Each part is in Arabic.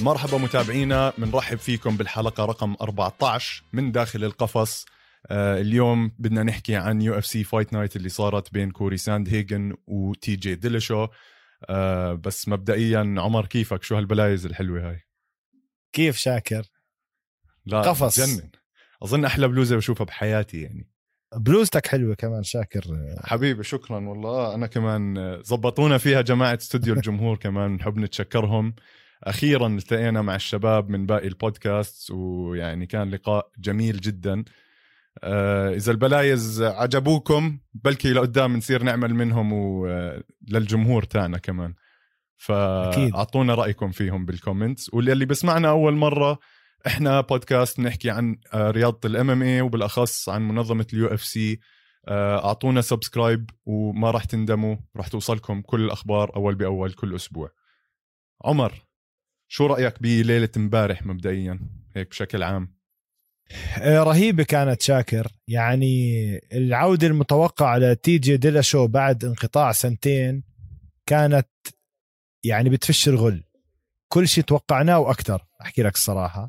مرحبا متابعينا، بنرحب فيكم بالحلقة رقم 14 من داخل القفص. اليوم بدنا نحكي عن UFC Fight Night اللي صارت بين كوري ساندهيغن وتي جي ديلاشو. بس مبدئيا عمر، كيفك؟ شو هالبلايز الحلوة هاي؟ كيف شاكر؟ لا قفص جنن، أظن أحلى بلوزة بشوفها بحياتي. يعني بلوزتك حلوة كمان شاكر حبيبي، شكرا والله. أنا كمان زبطونا فيها جماعة استوديو الجمهور كمان نحب نتشكرهم. أخيرا التقينا مع الشباب من باقي البودكاست، ويعني كان لقاء جميل جدا. إذا البلايز عجبوكم بلكي لقدام نصير نعمل منهم وللجمهور تاعنا كمان، فأعطونا رأيكم فيهم بالكومنتس. واللي بسمعنا أول مرة، إحنا بودكاست نحكي عن رياضة الMMA وبالأخص عن منظمة UFC. أعطونا سبسكرايب وما راح تندموا، راح توصلكم كل الأخبار أول بأول كل أسبوع. عمر، شو رأيك بليلة امبارح مبدئيا هيك بشكل عام؟ رهيبة كانت شاكر. يعني العودة المتوقعة لتي جي ديلاشو بعد انقطاع 2 كانت يعني بتفش الغل، كل شيء توقعناه وأكتر. أحكي لك الصراحة،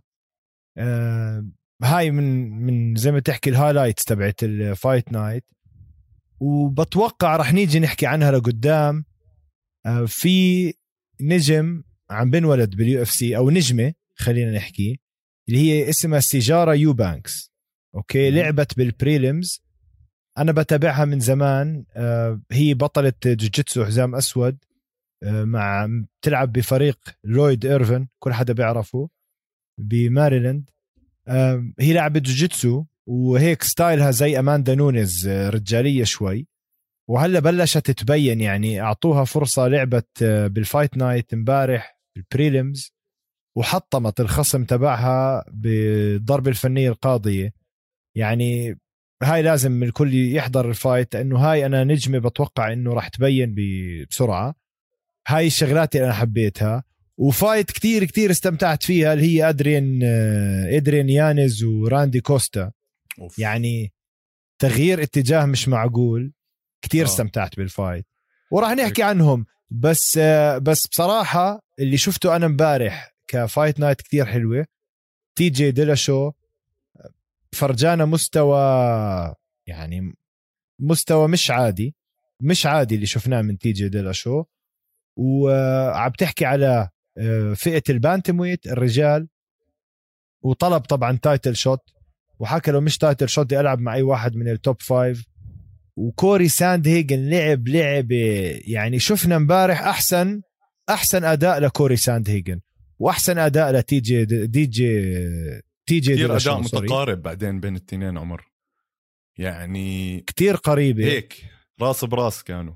هاي من زي ما تحكي الهايلايتس تبعت الفايت نايت، وبتوقع رح نيجي نحكي عنها لقدام. في نجم عم بنولد بالUFC أو نجمة خلينا نحكي، اللي هي اسمها سيجارة يوبانكس. أوكي، لعبت بالبريليمز، أنا بتابعها من زمان. هي بطلة جوجيتسو حزام أسود، مع تلعب بفريق لويد إيرفن، كل حدا بيعرفه بماريلاند. هي لعبت جوجيتسو وهيك ستايلها زي أماندا نونيز، رجالية شوي. وهلا بلشت تتبين، يعني أعطوها فرصة. لعبت بالفايت نايت امبارح بالبريليمز وحطمت الخصم تبعها بالضربة الفنية القاضية. يعني هاي لازم الكل يحضر الفايت، لأنه هاي أنا نجمة بتوقع أنه راح تبين بسرعة. هاي الشغلات اللي أنا حبيتها، وفايت كتير كتير استمتعت فيها، اللي هي إدرين يانز وراندي كوستا. يعني تغيير اتجاه مش معقول. كتير استمتعت بالفايت وراح نحكي عنهم. بس بصراحة اللي شفته أنا مبارح كفايت نايت كتير حلوة. تي جي ديلاشو فرجانا مستوى، يعني مستوى مش عادي اللي شفناه من تي جي ديلاشو. وعم تحكي على فئة البانتمويت الرجال، وطلب طبعا تايتل شوت، وحكى له مش تايتل شوت دي ألعب مع أي واحد من التوب 5. وكوري ساندهيغن لعبة، يعني شفنا مبارح أحسن أداء لكوري ساندهيغن وأحسن أداء لتي جي كتير أداء متقارب بعدين بين التنين عمر، يعني كتير قريبة هيك راس براس كانوا.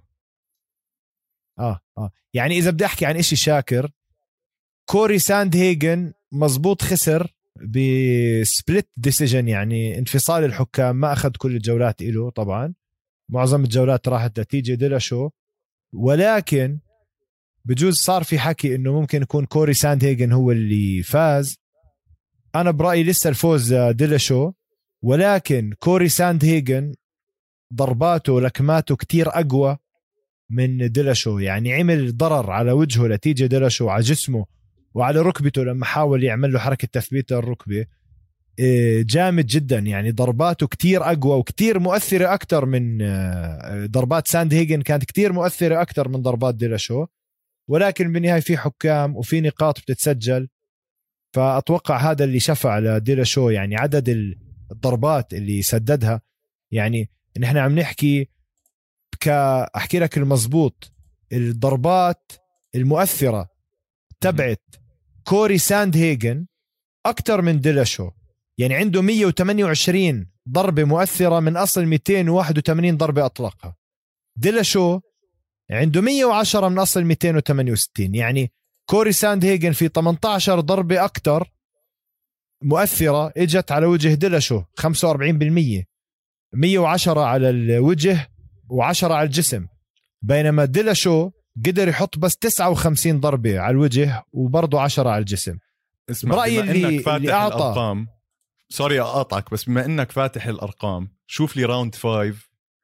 يعني إذا بدي أحكي عن إشي شاكر، كوري ساندهيغن مزبوط خسر بسبلت ديسيجن، يعني انفصال الحكام، ما أخذ كل الجولات إله. طبعا معظم الجولات راحت لتي جي ديلاشو، ولكن بجوز صار في حكي إنه ممكن يكون كوري ساندهيغن هو اللي فاز. أنا برأيي لسه الفوز ديلاشو، ولكن كوري ساندهيغن ضرباته لكماته كتير أقوى من ديلاشو. يعني عمل ضرر على وجهه لتيجي ديلاشو، على جسمه وعلى ركبته لما حاول يعمل له حركة تثبيت الركبة. جامد جدا، يعني ضرباته كتير أقوى وكتير مؤثرة أكتر من ضربات ساندهيغن، كانت كتير مؤثرة أكتر من ضربات ديلاشو. ولكن بالنهاية في حكام وفي نقاط بتتسجل، فأتوقع هذا اللي شفع لديلاشو، يعني عدد الضربات اللي سددها. يعني نحن عم نحكي أحكي لك المزبوط، الضربات المؤثرة تبعت كوري ساندهيغن أكتر من ديلاشو. يعني عنده 128 ضربة مؤثرة من أصل 281 ضربة أطلقها. ديلاشو عنده 110 من أصل 268. يعني كوري ساندهيغن في 18 ضربة أكتر مؤثرة إجت على وجه ديلاشو 45%، 110 على الوجه و10 على الجسم. بينما ديلاشو قدر يحط بس 59 ضربة على الوجه وبرضه 10 على الجسم. اسمع، برأيي بما انك فاتح اللي أعطى الارقام، سوري اقاطعك، بس بما انك فاتح الارقام، شوف لي راوند 5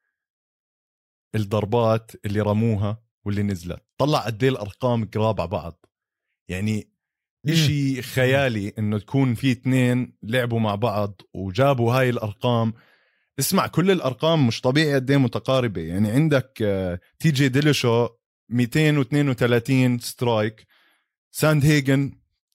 الضربات اللي رموها واللي نزلت، طلع قد ايه الارقام قراب على بعض. يعني إشي خيالي إنه تكون في 2 لعبوا مع بعض وجابوا هاي الأرقام. اسمع كل الأرقام مش طبيعي قد ايه متقاربة. يعني عندك تي جي ديليشو 232 سترايك، ساند هيجن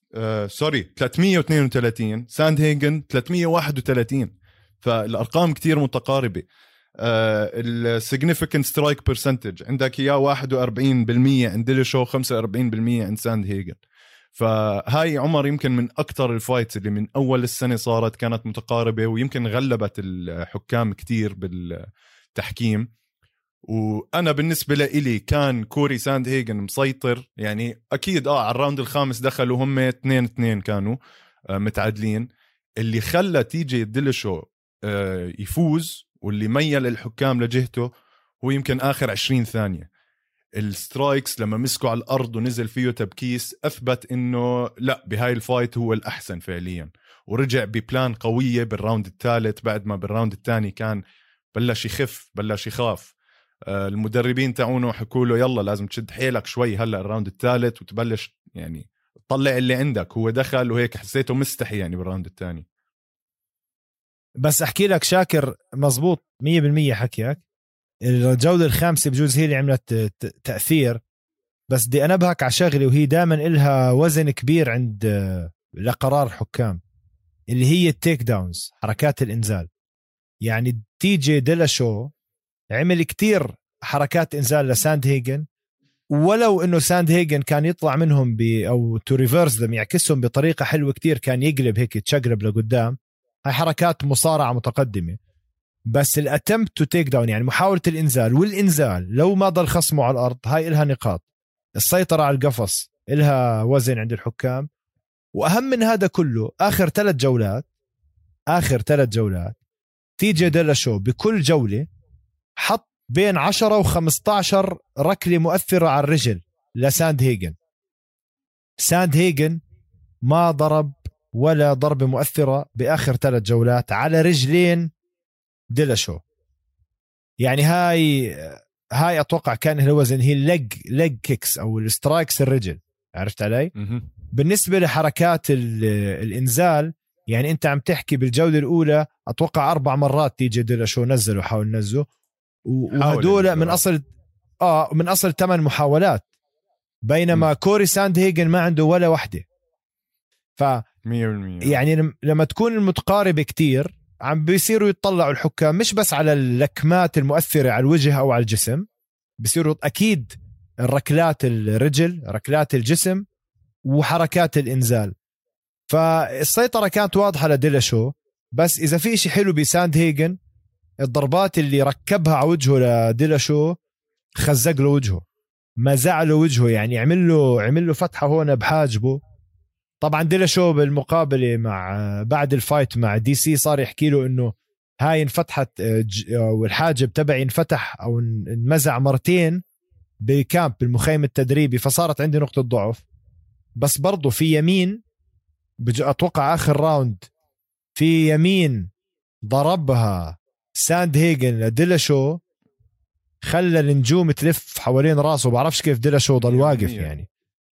332، ساند هيجن 331. فالأرقام كتير متقاربة. السيجنيفيكنت سترايك برسنتج عندك إياه 41% عند ديليشو، 45% عند ساند هيجن. فهاي عمر يمكن من أكتر الفايتس اللي من أول السنة صارت كانت متقاربة، ويمكن غلبت الحكام كتير بالتحكيم. وأنا بالنسبة لي كان كوري ساند هيجن مسيطر. يعني أكيد على الراوند الخامس دخلوا هم 2-2 كانوا متعادلين. اللي خلى تي جي ديليشو يفوز واللي ميل الحكام لجهته هو يمكن آخر 20 ثانية. السترايكس لما مسكوا على الأرض ونزل فيه تبكيس أثبت إنه لا، بهاي الفايت هو الأحسن فعليا، ورجع ببلان قوية بالراوند الثالث بعد ما بالراوند الثاني كان بلش يخف، بلش يخاف. المدربين تاعونه حكوا له يلا لازم تشد حيلك شوي هلا الراوند الثالث وتبلش يعني تطلع اللي عندك. هو دخل وهيك حسيته مستحي يعني بالراوند الثاني. بس احكي لك شاكر مزبوط 100% حكيك. الجولة الخامسة بجوز هي اللي عملت تأثير، بس بدي أنبهك على شغلة وهي دائما إلها وزن كبير عند لقرار الحكام، اللي هي التيك داونز، حركات الإنزال. يعني تي جي ديلاشو عمل كتير حركات إنزال لساند هيجن، ولو إنه ساند هيجن كان يطلع منهم أو تو ريفيرس them، يعكسهم بطريقة حلوة كتير، كان يقلب هيك تشقلب لقدام. هاي حركات مصارعة متقدمة. بس الاتمpt تو تيك داون، يعني محاولة الإنزال، والإنزال لو ما ضل خصمه على الأرض هاي إلها نقاط. السيطرة على القفص إلها وزن عند الحكام. وأهم من هذا كله آخر 3 جولات تي جي ديلاشو بكل جولة حط بين 10 و15 ركلة مؤثرة على الرجل لساند هيجن. ساند هيجن ما ضرب ولا ضربة مؤثرة بآخر 3 جولات على رجلين ديلاشو. يعني هاي أتوقع كان الوزن هي الليج كيكس أو السترايكس الرجل، عرفت علي؟ بالنسبة لحركات الإنزال، يعني أنت عم تحكي بالجولة الأولى أتوقع 4 مرات تيجي ديلاشو نزل وحاول نزله، وهدول من أصل 8 محاولات، بينما كوري ساند هيجن ما عنده ولا واحدة. ف يعني لما تكون المتقاربة كتير عم بيصيروا يتطلعوا الحكام مش بس على اللكمات المؤثرة على الوجه أو على الجسم، بيصيروا أكيد الركلات الرجل، ركلات الجسم، وحركات الإنزال. فالسيطرة كانت واضحة لديلاشو. بس إذا في إشي حلو بساند هيجن، الضربات اللي ركبها على وجهه لديلاشو خزق له وجهه، مزع له وجهه، يعني عمل له فتحة هون بحاجبه. طبعا ديلاشو بالمقابلة بعد الفايت مع دي سي صار يحكي له إنه هاي انفتحت والحاجب تبعي انفتح أو انمزع مرتين بالكامب بالمخيم التدريبي، فصارت عندي نقطة ضعف. بس برضو في يمين أتوقع آخر راوند في يمين ضربها ساند هيجن لديلاشو، خلى النجوم تلف حوالين راسه. بعرفش كيف ديلاشو ضل واقف يعني.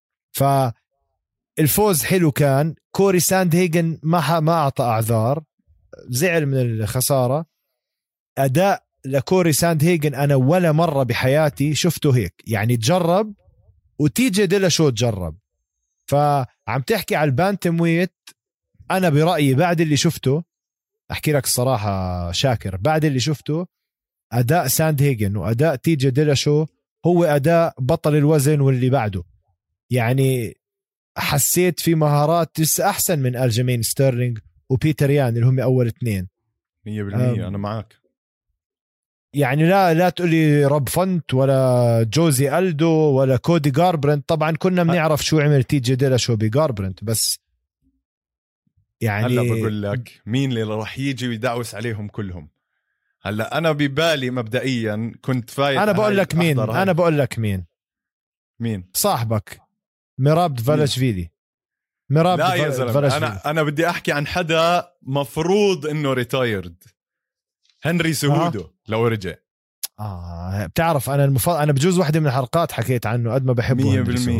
فالفوز حلو كان. كوري ساند هيجن ما أعطى أعذار، زعل من الخسارة. أداء لكوري ساند هيجن أنا ولا مرة بحياتي شفته هيك، يعني تجرب وتيجي ديلاشو تجرب. فعم تحكي على البانتم ويت، أنا برأيي بعد اللي شفته، أحكي لك الصراحة شاكر، بعد اللي شفته أداء ساند هيجن وأداء تيجي ديلاشو هو أداء بطل الوزن واللي بعده. يعني حسيت في مهارات لسه أحسن من ألجيمين ستيرلينج وبيتر يان اللي هم أول 2. 100% أنا معك. يعني لا تقولي رب فنت ولا جوزي ألدو ولا كودي جاربرنت. طبعا كنا بنعرف شو عمل تيجي ديلاشو بجاربرنت، بس يعني هلا بقول لك مين اللي راح يجي ويدعوس عليهم كلهم. هلا أنا ببالي مبدئيا كنت فايت. أنا بقول لك مين صاحبك ميراب فالاشفيلي. لا يا زلمة، أنا بدي أحكي عن حدا مفروض إنه ريتايرد، هنري سهودو. لو رجع بتعرف أنا بجوز واحدة من الحلقات حكيت عنه قد ما بحبه 100%.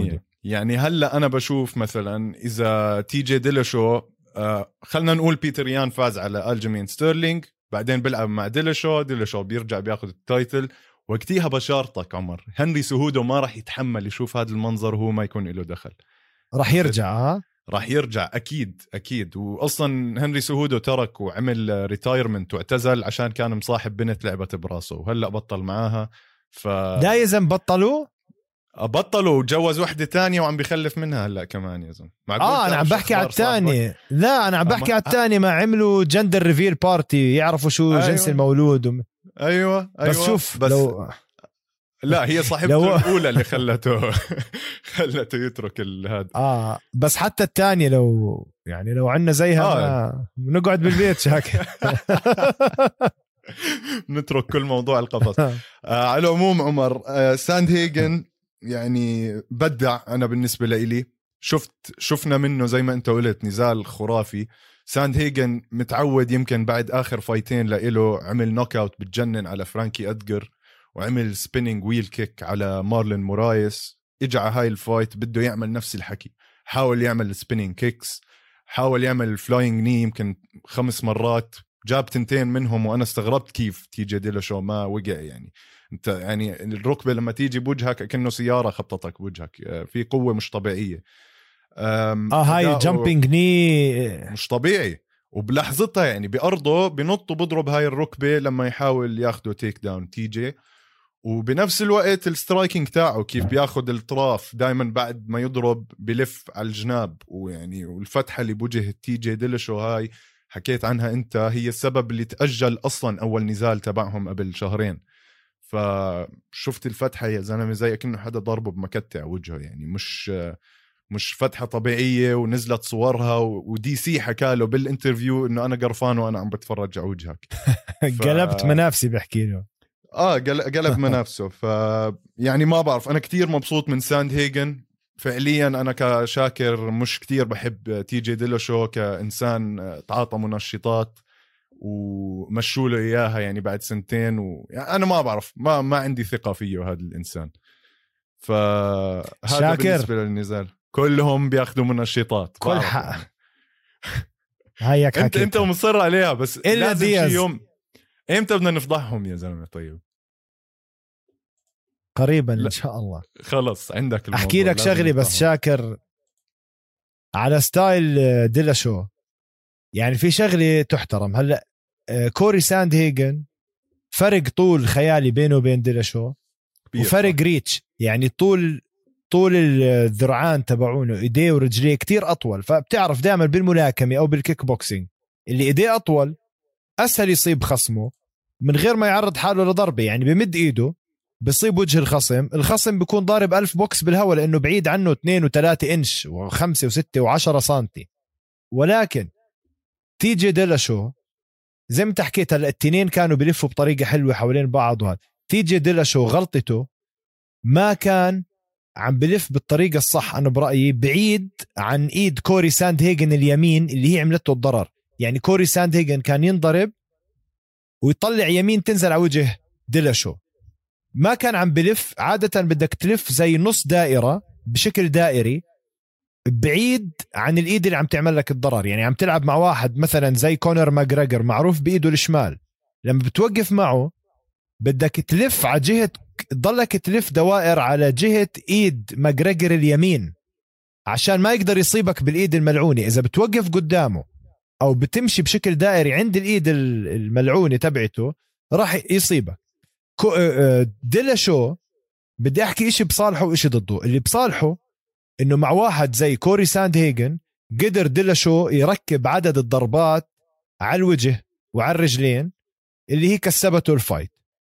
يعني هلا انا بشوف مثلا اذا تي جي ديلاشو خلنا نقول بيتر يان فاز على ألجيمين ستيرلينج، بعدين بيلعب مع ديلاشو بيرجع بياخذ التايتل، وقتيها بشارطك عمر هنري سهودو ما راح يتحمل يشوف هذا المنظر وهو ما يكون له دخل. راح يرجع راح يرجع اكيد واصلا هنري سهودو ترك وعمل ريتايرمنت واعتزل عشان كان مصاحب بنت لعبت براسه وهلا بطل معاها. لا يا زلمه بطلوا وتجوز وحده تانية وعم بيخلف منها هلا كمان يا زلمه. انا عم بحكي على الثاني. لا انا عم بحكي على الثاني ما عملوا جندر ريفيل بارتي يعرفوا شو أيوة. جنس المولود ايوه بس شوف بس لو لا هي صاحبته الاولى اللي خلته يترك هذا. بس حتى الثانيه لو عندنا زيها نقعد بالبيت شاكر. نترك كل موضوع القفص. على العموم عمر ساند هيجن يعني بدع. انا بالنسبه لي شفنا منه زي ما انت قلت نزال خرافي. ساند هيجن متعود يمكن بعد اخر فايتين له عمل نوك اوت بتجنن على فرانكي أدجر وعمل سبيننج ويل كيك على مارلين مورايس. اجى على هاي الفايت بده يعمل نفس الحكي، حاول يعمل سبيننج كيكس، حاول يعمل فلاينج ني يمكن 5 مرات، جاب 2 منهم وانا استغربت كيف تي جي ديلاشو ما وقع. يعني انت يعني الركبه لما تيجي بوجهك كأنه سياره خبطتك بوجهك، في قوه مش طبيعيه. هاي جامبينج ني مش طبيعي، وبلحظتها يعني بأرضه بنط وبضرب هاي الركبه لما يحاول ياخده تيك داون تي جي. وبنفس الوقت السترايكينج تاعه كيف بياخد الطراف دايما بعد ما يضرب بلف على الجناب، ويعني والفتحه اللي بوجه تي جي ديلاشو هاي حكيت عنها انت هي السبب اللي تأجل اصلا اول نزال تبعهم قبل 2 شهر. فشفت الفتحه يا زلمه زي كأنه حدا ضربه بمكتع وجهه، يعني مش فتحه طبيعيه. ونزلت صورها ودي سي حكاله بالانترفيو انه انا قرفان وانا عم بتفرج على وجهك. قلبت منافسي بحكي له قلب منافسه. يعني ما بعرف، انا كتير مبسوط من ساند هيجن فعليا. انا كشاكر مش كتير بحب تي جي ديلاشو كإنسان تعاطى منشطات ومشوا له اياها يعني بعد 2 يعني انا ما بعرف، ما عندي ثقة فيه هذا الانسان. فهذا بالنسبة للنزال كلهم بياخدوا منشطات كل حق. هيك انت مصر عليها، بس لازم شي يوم امتى بدنا نفضحهم يا زلمة؟ طيب قريبا ان شاء الله. خلص عندك الموضوع. احكي لك شغلي بس شاكر على ستايل ديلاشو، يعني في شغلة تحترم. هلا كوري ساند هيجن فرق طول خيالي بينه وبين ديلاشو، وفرق ريتش، يعني طول الذرعان تبعونه ايديه ورجليه كتير اطول. فبتعرف دائما بالملاكمة او بالكيك بوكسينج اللي ايديه اطول اسهل يصيب خصمه من غير ما يعرض حاله لضربة. يعني بمد ايده بصيب وجه الخصم بيكون ضارب 1000 بوكس بالهواء لانه بعيد عنه 2 و3 انش و5 و6 و10 سنتي. ولكن تي جي ديلاشو زي ما تحكيت هلا التنين كانوا بيلفوا بطريقة حلوة حوالين بعض. وهذا تي جي ديلاشو غلطته ما كان عم بلف بالطريقة الصح أنا برأيي، بعيد عن إيد كوري ساند هيجن اليمين اللي هي عملته الضرر. يعني كوري ساند هيجن كان ينضرب ويطلع يمين تنزل على وجه ديلاشو، ما كان عم بلف. عادة بدك تلف زي نص دائرة بشكل دائري بعيد عن الإيد اللي عم تعمل لك الضرر. يعني عم تلعب مع واحد مثلا زي كونر ماجريجر معروف بإيده الشمال، لما بتوقف معه بدك تلف على جهة، تضلك تلف دوائر على جهة إيد ماجريجر اليمين عشان ما يقدر يصيبك بالإيد الملعونة. إذا بتوقف قدامه أو بتمشي بشكل دائري عند الإيد الملعونة تبعته راح يصيبك. ديلاشو بدي أحكي إشي بصالحه وإشي ضده. اللي بصالحه إنه مع واحد زي كوري ساند هيجن قدر ديلاشو يركب عدد الضربات على الوجه وعلى الرجلين اللي هي كسبته الفايت.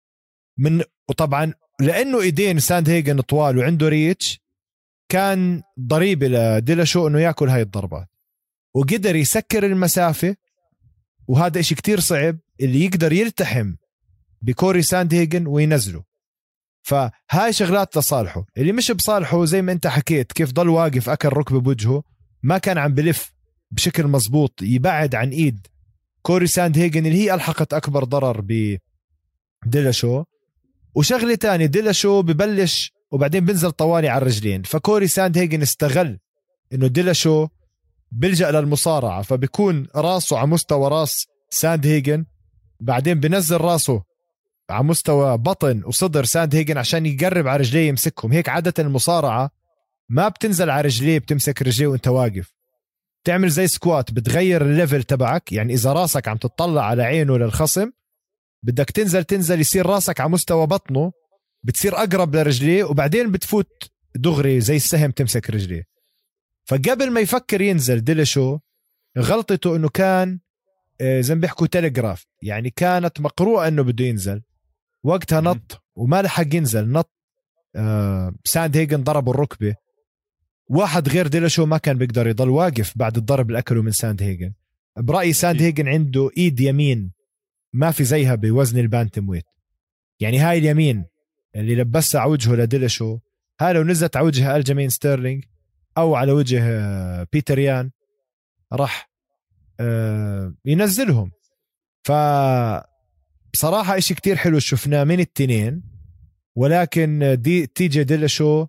وطبعا لأنه إيدين ساند هيجن طوال وعنده ريتش كان ضريبة لديلاشو إنه يأكل هاي الضربات وقدر يسكر المسافة. وهذا إشي كتير صعب اللي يقدر يلتحم بكوري ساند هيجن وينزله. فهاي شغلات لصالحه. اللي مش بصالحه زي ما انت حكيت كيف ضل واقف أكل ركبه بوجهه، ما كان عم بلف بشكل مزبوط يبعد عن إيد كوري ساند هيجن اللي هي ألحقت أكبر ضرر بديلاشو. وشغلة تاني ديلاشو ببلش وبعدين بنزل طوالي على الرجلين. فكوري ساند هيجن استغل انه ديلاشو بيلجأ للمصارعة، فبيكون راسه على مستوى راس ساند هيجن، بعدين بنزل راسه على مستوى بطن وصدر ساند هيجن عشان يقرب على رجليه يمسكهم. هيك عادة المصارعة ما بتنزل على رجليه، بتمسك رجليه وانت واقف، تعمل زي سكوات، بتغير الليفل تبعك. يعني إذا راسك عم تطلع على عينه للخصم، بدك تنزل يصير راسك على مستوى بطنه، بتصير أقرب لرجليه، وبعدين بتفوت دغري زي السهم تمسك رجليه. فقبل ما يفكر ينزل ديلاشو، غلطته انه كان زي ما بيحكوا تلغراف، يعني كانت مقروءة انه بده ينزل، وقتها نط وما لحق ينزل، نط ساند هيجن ضربه الركبة. واحد غير ديلاشو ما كان بيقدر يضل واقف بعد الضرب اللي أكله من ساند هيجن. برأيي ساند هيجن عنده ايد يمين ما في زيها بوزن البانتم ويت. يعني هاي اليمين اللي لبسها على وجهه لديلاشو، هاي لو نزلت على وجه ألجمين ستيرلينج أو على وجه بيتر يان راح ينزلهم. فبصراحة إشي كتير حلو شفناه من التنين، ولكن تيجي ديلاشو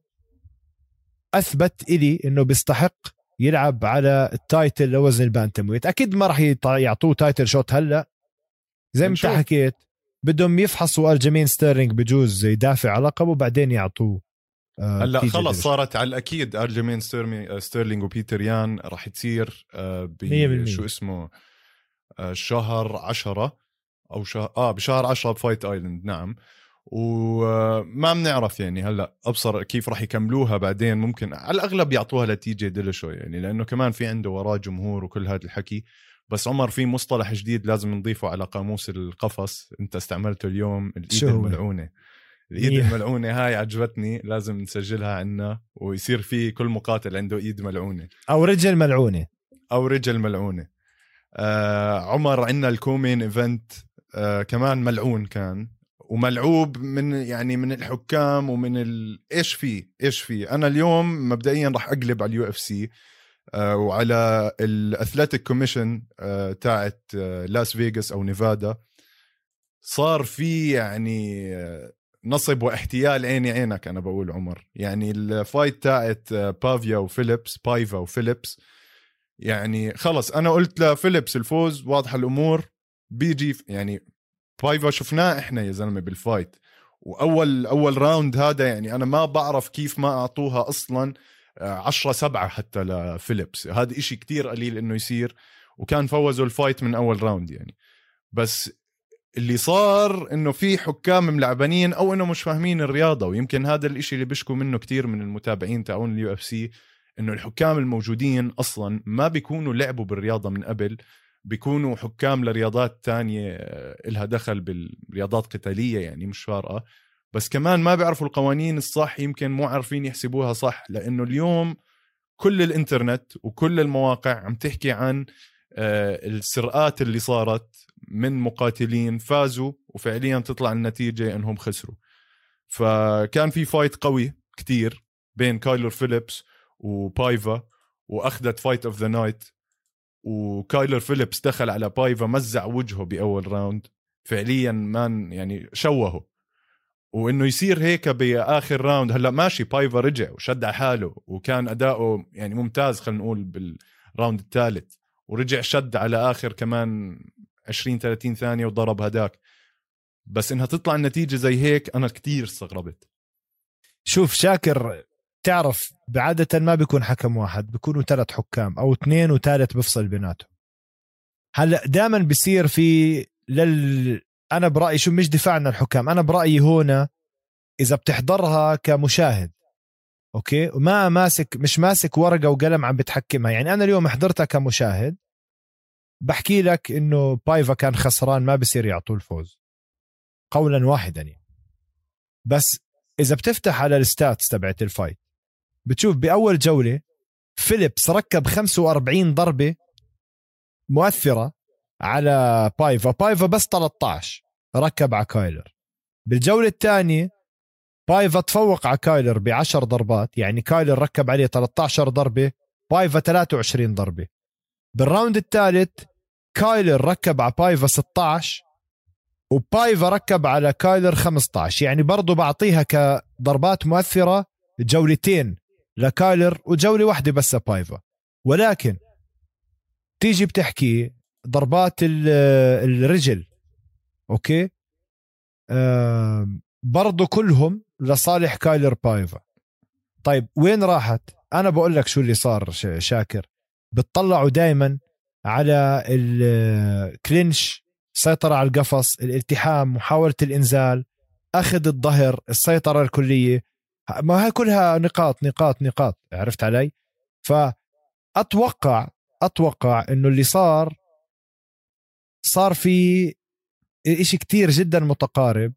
أثبت إلي إنه بيستحق يلعب على التايتل لوزن البانتمويت. أكيد ما راح يعطوه تايتل شوت هلأ، زي ما حكيت بدهم يفحصوا ألجمين ستيرلينج بجوز يدافع على لقبه وبعدين يعطوه. هلا خلص صارت على الأكيد ألجمين ستيرلينج وبيتر يان راح تصير شو اسمه شهر 10 أو بشهر 10 بفايت آيلاند. نعم، وما بنعرف يعني هلا ابصر كيف راح يكملوها بعدين. ممكن على الاغلب يعطوها لتيجي ديلاشو، يعني لانه كمان في عنده وراه جمهور وكل هذا الحكي. بس عمر، في مصطلح جديد لازم نضيفه على قاموس القفص، انت استعملته اليوم، الايد الملعونه. الايد الملعونه هاي عجبتني، لازم نسجلها عنا ويصير في كل مقاتل عنده ايد ملعونه او رجل ملعونه او رجل ملعونه. عمر، عندنا الكومين ايفنت كمان ملعون كان وملعوب من الحكام ومن ايش فيه. انا اليوم مبدئيا راح اقلب على اليو اف سي وعلى الاثليتيك كوميشن تاعت لاس فيغاس او نيفادا. صار في يعني نصب واحتيال عيني عينك. انا بقول عمر، يعني الفايت تاعت بايفا وفيليبس يعني خلص انا قلت لفيليبس الفوز، واضحه الامور، بيجي يعني بايفا شفناه احنا يا زلمه بالفايت، واول راوند هذا يعني انا ما بعرف كيف ما اعطوها اصلا 10-7 حتى لفيليبس. هذا اشي كتير قليل انه يصير، وكان فوزوا الفايت من اول راوند يعني. بس اللي صار انه في حكام ملعبانين او انه مش فاهمين الرياضه، ويمكن هذا الاشي اللي بيشكوا منه كتير من المتابعين تاعون اليو اف سي، انه الحكام الموجودين اصلا ما بيكونوا لعبوا بالرياضه من قبل، بيكونوا حكام لرياضات تانية إلها دخل بالرياضات قتالية، يعني مش فارقة، بس كمان ما بيعرفوا القوانين الصح، يمكن مو عارفين يحسبوها صح. لأنه اليوم كل الإنترنت وكل المواقع عم تحكي عن السرقات اللي صارت من مقاتلين فازوا وفعليا تطلع النتيجة أنهم خسروا. فكان في فايت قوي كتير بين كايلر فيليبس وبايفا، وأخذت فايت أوف ذا نايت، وكايلر فيليبس دخل على بايفا مزع وجهه بأول راوند، فعليا مان يعني شوهه. وإنه يصير هيك بآخر راوند، هلأ ماشي بايفا رجع وشد على حاله وكان أداؤه يعني ممتاز، خلينا نقول بالراوند الثالث، ورجع شد على آخر كمان 20-30 ثانية وضرب هداك. بس إنها تطلع النتيجة زي هيك أنا كتير استغربت. شوف شاكر، تعرف بعادة ما بيكون حكم واحد، بيكونوا 3 حكام أو 2 وثالث بفصل بيناتهم. هلأ دائما بيصير في أنا برأيي شو مش دفاعنا الحكام، أنا برأيي هنا إذا بتحضرها كمشاهد أوكي وما مش ماسك ورقة وقلم عم بتحكمها، يعني أنا اليوم حضرتها كمشاهد بحكي لك إنه بايفا كان خسران، ما بصير يعطوه الفوز قولا واحدا يعني. بس إذا بتفتح على الستاتس تبعت الفايت بتشوف بأول جولة فيليبس ركب 45 ضربة مؤثرة على بايفا بس 13 ركب على كايلر. بالجولة الثانية بايفا تفوق على كايلر ب10 ضربات، يعني كايلر ركب عليه 13 ضربة، بايفا 23 ضربة. بالراوند الثالث كايلر ركب على بايفا 16 وبايفا ركب على كايلر 15، يعني برضو بعطيها كضربات مؤثرة جولتين لكايلر وجولة واحدة بس بايفا. ولكن تيجي بتحكي ضربات الرجل أوكي برضو كلهم لصالح كايلر بايفا. طيب وين راحت؟ أنا بقول لك شو اللي صار شاكر، بتطلعوا دايما على الكلينش، سيطرة على القفص، الالتحام، محاولة الإنزال، أخذ الظهر، السيطرة الكلية، ما هي كلها نقاط نقاط نقاط، عرفت علي؟ فأتوقع إنه اللي صار في إشي كتير جدا متقارب،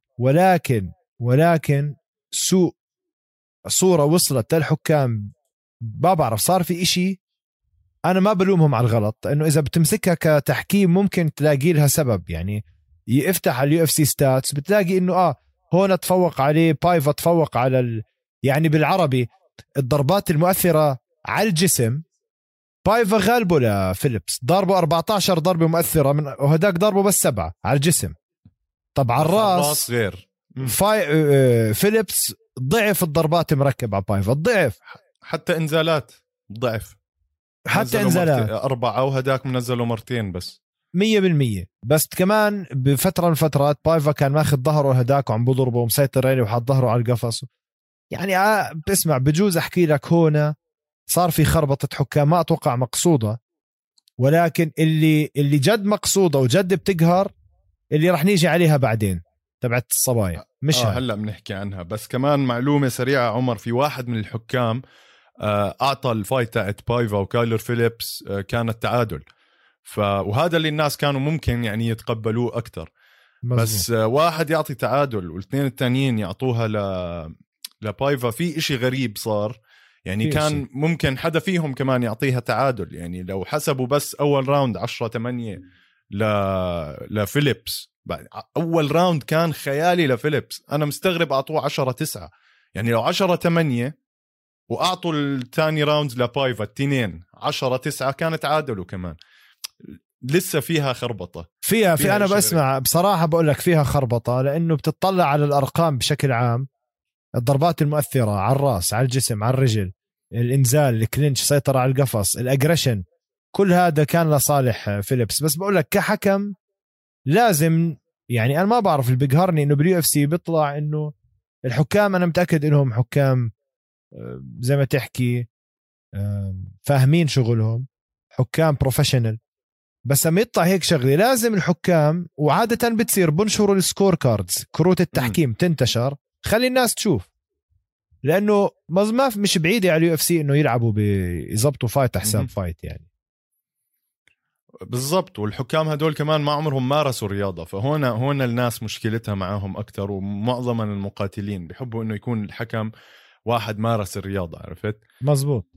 ولكن سوء صورة وصلت للحكام. ما بعرف صار في إشي، أنا ما بلومهم على الغلط، إنه إذا بتمسكها كتحكيم ممكن تلاقي لها سبب. يعني يفتح على اليو اف سي ستاتس بتلاقي إنه هون تفوق عليه بايفا، تفوق على يعني بالعربي الضربات المؤثرة على الجسم بايفا غالبه لفيليبس، ضربه 14 ضربة مؤثرة وهداك ضربه بس 7 على الجسم. طب على الراس غير فيليبس ضعف الضربات مركب على بايفا، ضعف حتى انزالات ضعف، حتى انزالات 4 وهداك منزله مرتين بس 100%. بس كمان بفترة من فترات بايفا كان ماخذ ظهره هداك وعم بضربه ومسيطر عليه وحط ظهره على القفص. يعني بسمع بجوز احكي لك هنا صار في خربطة حكام، ما اتوقع مقصودة، ولكن اللي جد مقصودة وجد بتقهر اللي رح نيجي عليها بعدين تبعت الصبايا مش هلا بنحكي عنها. بس كمان معلومة سريعة عمر، في واحد من الحكام أعطى الفايت تاعت بايفا وكايلر فيليبس كانت تعادل، وهذا اللي الناس كانوا ممكن يعني يتقبلوه أكتر. بس واحد يعطي تعادل والاثنين التانيين يعطوها لبايفا، في إشي غريب صار. يعني كان ممكن حدا فيهم كمان يعطيها تعادل، يعني لو حسبوا بس أول راوند 10-8 لفيليبس، أول راوند كان خيالي لفيليبس، أنا مستغرب أعطوه 10-9. يعني لو 10-8 وأعطوا الثاني راوند لبايفا التنين 10-9 كانت تعادلوا كمان. لسه فيها خربطة فيها أنا بسمع بصراحة بقول لك فيها خربطة، لأنه بتطلع على الأرقام بشكل عام، الضربات المؤثرة على الرأس، على الجسم، على الرجل، الإنزال، الكلينش، سيطرة على القفص، الأجريشن، كل هذا كان لصالح فيليبس. بس بقول لك كحكم لازم، يعني أنا ما بعرف اللي بيقهرني إنه باليو اف سي بيطلع إنه الحكام، أنا متأكد إنهم حكام زي ما تحكي فاهمين شغلهم، حكام بروفيشنال، بس لما يطلع هيك شغلة لازم الحكام، وعادة بتصير بنشروا السكور كاردز، كروت التحكيم تنتشر، خلي الناس تشوف، لأنه ما مش بعيدة على اليو اف سي إنه يلعبوا يزبطوا فايت حساب فايت يعني. بالضبط. والحكام هدول كمان ما عمرهم مارسوا رياضة، فهنا الناس مشكلتها معاهم أكتر، ومعظم المقاتلين بيحبوا إنه يكون الحكم واحد مارس الرياضة، عرفت؟ مزبوط.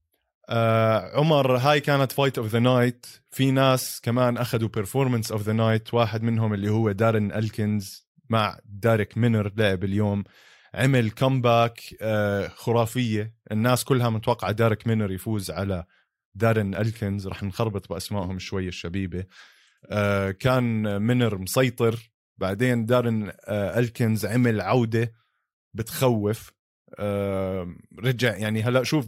عمر، هاي كانت فايت اوف ذا نايت. في ناس كمان أخذوا بيرفورمانس اوف ذا نايت، واحد منهم اللي هو دارين ألكنز مع داريك مينر، لعب اليوم، عمل كومباك خرافية. الناس كلها متوقعة داريك مينر يفوز على دارين ألكنز، رح نخربط بأسمائهم شوية الشبيبة. كان مينر مسيطر، بعدين دارين ألكنز عمل عودة بتخوف، رجع. يعني هلأ شوف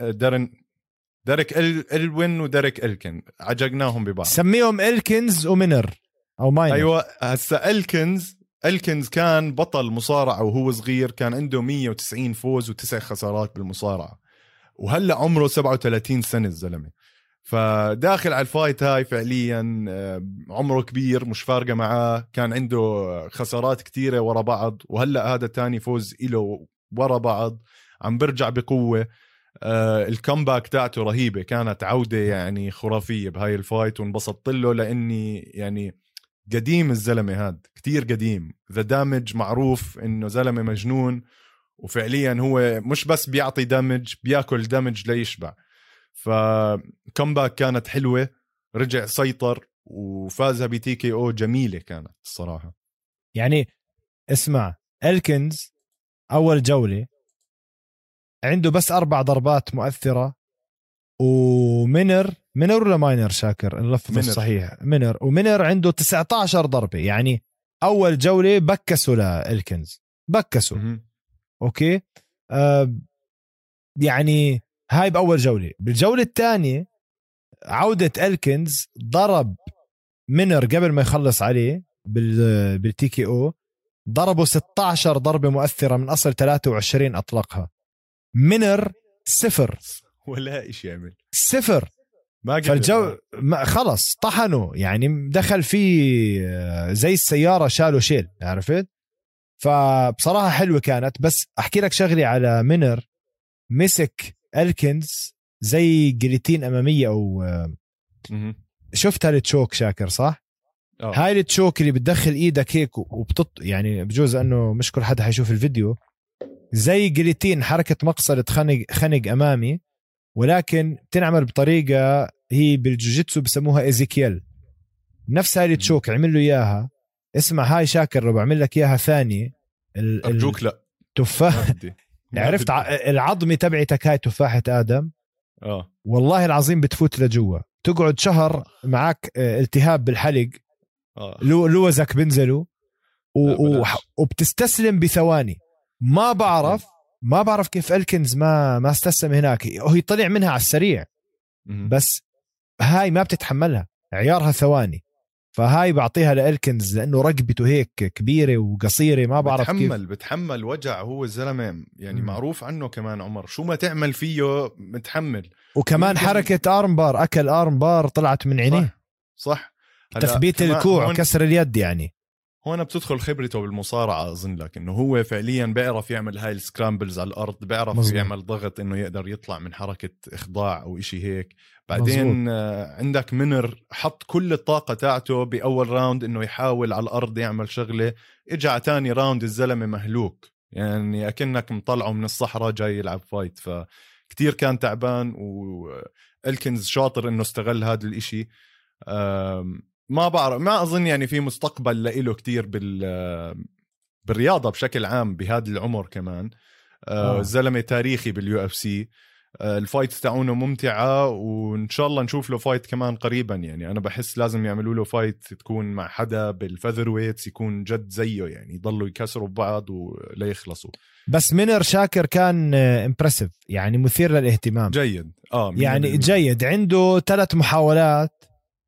داريك الوين وداريك ألكن عجقناهم ببعض، سميهم ألكنز ومينر أو ماينر. أيوة. هسا ألكنز كان بطل مصارعة وهو صغير، كان عنده 190 فوز و9 خسارات بالمصارعة، وهلأ عمره 37 سنة الزلمة. فداخل على الفايت هاي فعليا عمره كبير، مش فارقة معاه، كان عنده خسارات كتيرة ورا بعض، وهلأ هذا تاني فوز إله ورا بعض، عم برجع بقوة. الكمباك تاعته رهيبة، كانت عودة يعني خرافية بهاي الفايت، وانبسطت له لأني يعني قديم الزلمة هاد، كتير قديم. ذا دامج معروف إنه زلمة مجنون، وفعليا هو مش بس بيعطي دامج، بياكل دامج ليشبع. فكمباك كانت حلوة، رجع سيطر وفازها بتي كي او جميلة كانت الصراحة. يعني اسمع، ألكنز أول جولة عنده بس 4 ضربات مؤثرة، ومينر ولا ماينر شاكر اللفظ الصحيح، مينر عنده 19 ضربة. يعني اول جوله بكسوا لإلكنز، بكسوا. اوكي يعني هاي باول جوله. بالجوله الثانيه عوده إلكنز ضرب مينر قبل ما يخلص عليه بالتي كي او، ضربوا 16 ضربه مؤثره من اصل 23 اطلقها. مينر 0 ولا إشي يعمل 0. فالجو خلص طحنوا، يعني دخل فيه زي السيارة شالوا شيل، عرفت؟ فبصراحة حلوة كانت. بس أحكي لك شغلي على مينر، مسك إلكنز زي جليتين أمامية أو شفتها التشوك شاكر صح؟ هاي التشوك اللي بتدخل إيدك هيك يعني بجوز أنه مش كل حدا حيشوف الفيديو، زي جليتين حركة مقصلة خنق أمامي، ولكن تنعمل بطريقة هي بالجوجيتسو بسموها إزيكيل. نفس هاي التشوك عمل له إياها. اسمع هاي شاكر لو بعمل لك إياها ثاني أرجوك لا تفاح. عرفت العظمة تبعتك هاي تفاحة آدم والله العظيم بتفوت لجوا، تقعد شهر معك التهاب بالحلق، لوزك بنزلوا وبتستسلم بثواني. ما بعرف كيف إلكنز ما استسلم هناك. هي طلع منها على السريع بس هاي ما بتتحملها، عيارها ثواني. فهاي بعطيها لإلكنز لأنه رقبته هيك كبيرة وقصيرة، ما بعرف كيف بتحمل وجع. هو الزلمة يعني معروف عنه كمان عمر، شو ما تعمل فيه متحمل. وكمان حركة آرمبار، أكل آرمبار طلعت من عينيه صح. تثبيت الكوع، كسر اليد. يعني هون بتدخل خبرته بالمصارعة أظن لك، إنه هو فعليا بيعرف يعمل هاي السكرامبلز على الأرض، بيعرف مزبوط. يعمل ضغط إنه يقدر يطلع من حركة إخضاع أو إشي هيك. بعدين عندك مينر حط كل الطاقة تاعته بأول راوند إنه يحاول على الأرض يعمل شغلة، إجا تاني راوند الزلمة مهلوك، يعني أكنك مطلعه من الصحراء جاي يلعب فايت. فكتير كان تعبان، وإلكنز شاطر إنه استغل هذا الإشي. ما بعرف، ما أظن يعني في مستقبل لإله كتير بالرياضة بشكل عام بهذا العمر كمان. زلمة تاريخي باليو اف سي. الفايت تاعونه ممتعة، وإن شاء الله نشوف له فايت كمان قريبا. يعني أنا بحس لازم يعملوا له فايت تكون مع حدا بالفذر ويتس يكون جد زيه، يعني يضلوا يكسروا ببعض ولا يخلصوا. بس مينر شاكر كان امبرسيف، يعني مثير للاهتمام. جيد يعني جيد. عنده 3 محاولات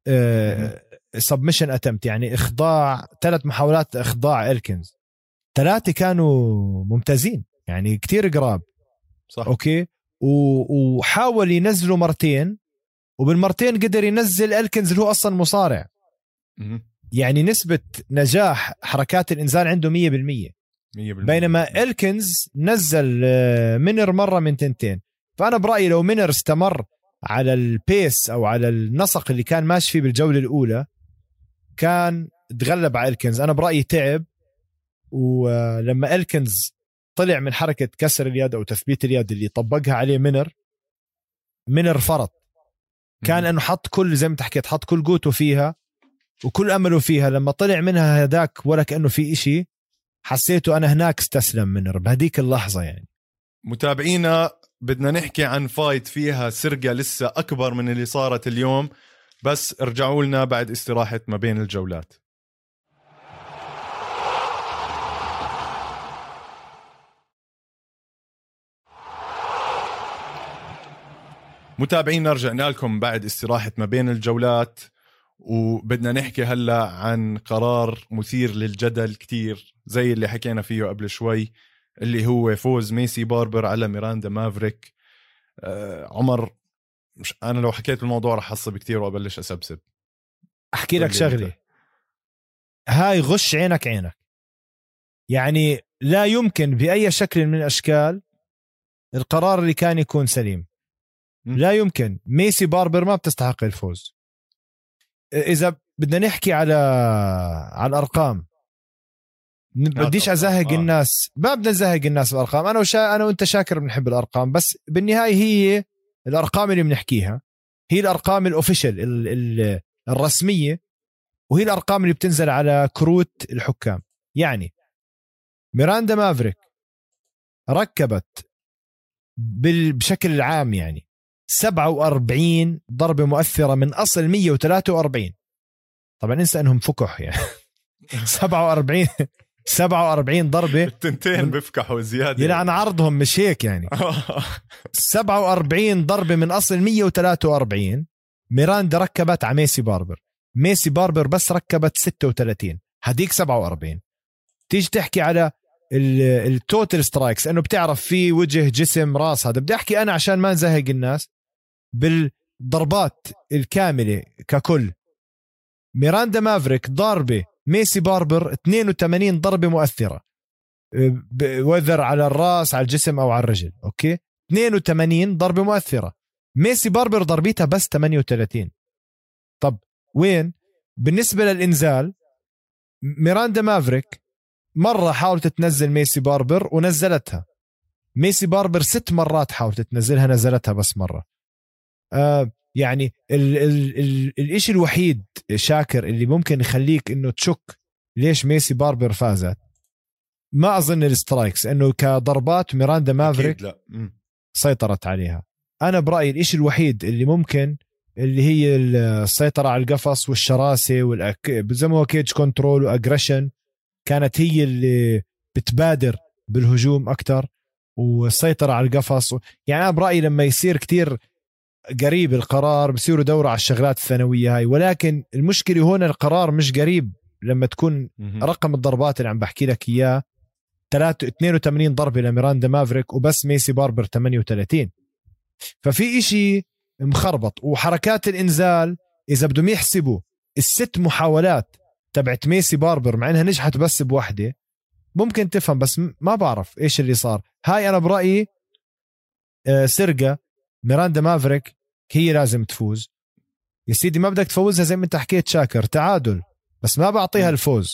سبمشن اتمت، يعني اخضاع 3 محاولات اخضاع إلكنز، 3 كانوا ممتازين، يعني كتير قراب صح. اوكي. وحاول ينزله مرتين، وبالمرتين قدر ينزل إلكنز اللي هو اصلا مصارع. يعني نسبة نجاح حركات الانزال عنده 100%. بينما إلكنز نزل مينر مرة من 2. فانا برأيي لو مينر استمر على البيس او على النسق اللي كان ماشي فيه بالجولة الاولى كان تغلب على إلكنز. انا برأيي تعب، ولما إلكنز طلع من حركة كسر اليد او تثبيت اليد اللي طبقها عليه مينر فرط. كان انه حط كل زي ما تحكيت، حط كل قوته فيها وكل امله فيها. لما طلع منها هداك ولا كأنه في اشي، حسيته انا هناك استسلم مينر بهديك اللحظة. يعني متابعينا بدنا نحكي عن فايت فيها سرقة لسه أكبر من اللي صارت اليوم، بس ارجعوا لنا بعد استراحة ما بين الجولات. متابعينا رجعنا لكم بعد استراحة ما بين الجولات، وبدنا نحكي هلأ عن قرار مثير للجدل كتير زي اللي حكينا فيه قبل شوي، اللي هو فوز ميسي باربر على ميراندا مافريك. عمر، مش أنا لو حكيت بالموضوع رح أحصب كتير وأبلش أسبسب. أحكي لك شغلي، هاي غش عينك. يعني لا يمكن بأي شكل من الأشكال القرار اللي كان يكون سليم. لا يمكن. ميسي باربر ما بتستحق الفوز. إذا بدنا نحكي على الأرقام، بديش أزهق الناس، ما بدنا نزهق الناس بالأرقام. أنا وأنت شاكر بنحب الأرقام، بس بالنهاية هي الأرقام اللي بنحكيها هي الأرقام الأوفيشال الرسمية، وهي الأرقام اللي بتنزل على كروت الحكام. يعني ميراندا مافريك ركبت بشكل العام يعني 47 ضربة مؤثرة من أصل 143. طبعا انسى أنهم فكح يعني 47 ضربة التنتين بفكحوا زيادة يلعن عرضهم مش هيك يعني. 47 ضربة من أصل 143. ميراندا ركبت على ميسي باربر بس ركبت 36، هديك 47. تيجي تحكي على التوتال سترايكس انه بتعرف في وجه جسم راس، هذا بدي احكي انا عشان ما نزهق الناس بالضربات الكاملة ككل. ميراندا مافريك ضاربة ميسي باربر 82 ضربة مؤثرة، وذر على الراس على الجسم او على الرجل. اوكي 82 ضربة مؤثرة. ميسي باربر ضربيتها بس 38. طب وين بالنسبة للإنزال؟ ميراندا مافريك مرة حاولت تنزل ميسي باربر ونزلتها. ميسي باربر 6 مرات حاولت تنزلها، نزلتها بس مرة. يعني الاشي الوحيد شاكر اللي ممكن يخليك انه تشك ليش ميسي باربر فازت، ما اظن السترايكس، انه كضربات ميراندا مافريك لا. سيطرت عليها. انا برأيي الاشي الوحيد اللي ممكن اللي هي السيطرة على القفص والشراسة زي ما هو كيج كنترول واجريشن، كانت هي اللي بتبادر بالهجوم اكتر والسيطرة على القفص. يعني انا برأيي لما يصير كتير قريب القرار بصيروا يدوروا على الشغلات الثانوية هاي، ولكن المشكلة هنا القرار مش قريب. لما تكون رقم الضربات اللي عم بحكي لك إياه 82 ضربة لميراندا مافريك وبس ميسي باربر 38، ففي إشي مخربط. وحركات الإنزال إذا بدهم يحسبوا 6 محاولات تبعت ميسي باربر مع إنها نجحت بس بواحدة ممكن تفهم، بس ما بعرف إيش اللي صار. هاي أنا برأيي سرقة. ميراندا مافريك هي لازم تفوز يا سيدي، ما بدك تفوزها زي ما انت حكيت شاكر، تعادل، بس ما بعطيها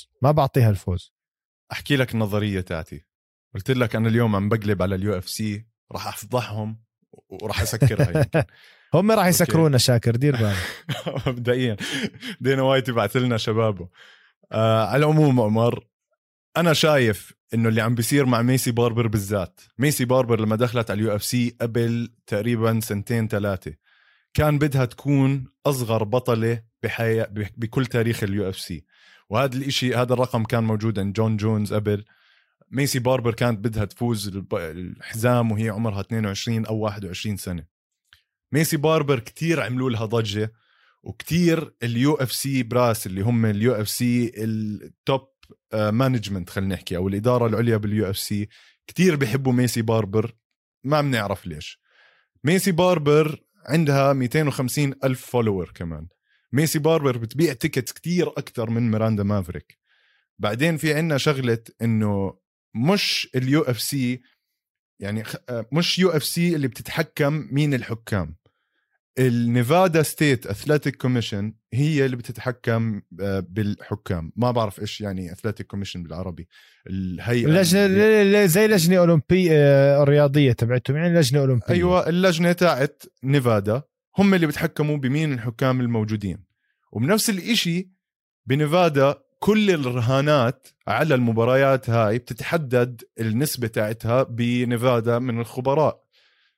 الفوز. احكي لك النظريه تاعتي. قلت لك انا اليوم عم بقلب على اليو اف سي، راح افضحهم وراح اسكرها. هم راح يسكرونا شاكر، دير بالك. مبدئيا دينا وايت بعث لنا شبابه. على العموم عمر، انا شايف انه اللي عم بيصير مع ميسي باربر بالذات، ميسي باربر لما دخلت على اليو اف سي قبل تقريبا 2-3 كان بدها تكون اصغر بطلة بكل تاريخ اليو اف سي، وهذا الاشي هذا الرقم كان موجود عند جون جونز قبل. ميسي باربر كانت بدها تفوز الحزام وهي عمرها 22 او 21 سنة. ميسي باربر كتير عملوا لها ضجة، وكتير اليو اف سي براس اللي هم اليو اف سي التوب مانجمنت خلينا نحكي، او الاداره العليا باليو اف سي، كتير بيحبوا ميسي باربر. ما بنعرف ليش. ميسي باربر عندها 250 ألف فولوور كمان. ميسي باربر بتبيع تيكت كتير أكتر من ميراندا مافريك. بعدين في عنا شغلة إنه مش اليو اف سي، يعني مش يو اف سي اللي بتتحكم مين الحكام. النيفادا ستيت أثليتيك كوميشن هي اللي بتتحكم بالحكام. ما بعرف إيش يعني أثليتيك كوميشن بالعربي، الهيئة اللجنة زي لجنة أولمبية رياضية تبعتهم، يعني لجنة أولمبية. أيوة اللجنة تاعت نيفادا هم اللي بتحكموا بمين الحكام الموجودين. وبنفس الإشي بنيفادا كل الرهانات على المباريات هاي بتتحدد النسبة تاعتها بنيفادا من الخبراء.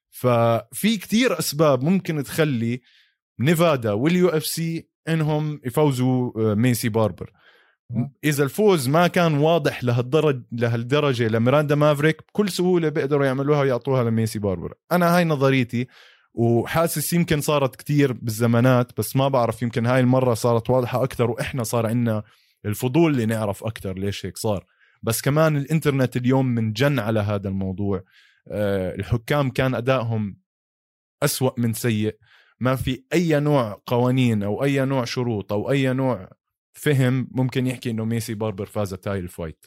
ففي كتير أسباب ممكن تخلي نيفادا واليو اف سي إنهم يفوزوا ميسي باربر. إذا الفوز ما كان واضح لهالدرجة لميراندا مافريك بكل سهولة بيقدروا يعملوها ويعطوها لميسي باربر. أنا هاي نظريتي، وحاسس يمكن صارت كتير بالزمانات، بس ما بعرف يمكن هاي المرة صارت واضحة أكتر، وإحنا صار عنا الفضول اللي نعرف أكتر ليش هيك صار. بس كمان الإنترنت اليوم من جن على هذا الموضوع. الحكام كان أدائهم أسوأ من سيء. ما في أي نوع قوانين أو أي نوع شروط أو أي نوع فهم ممكن يحكي إنه ميسي باربر فازت هاي الفايت.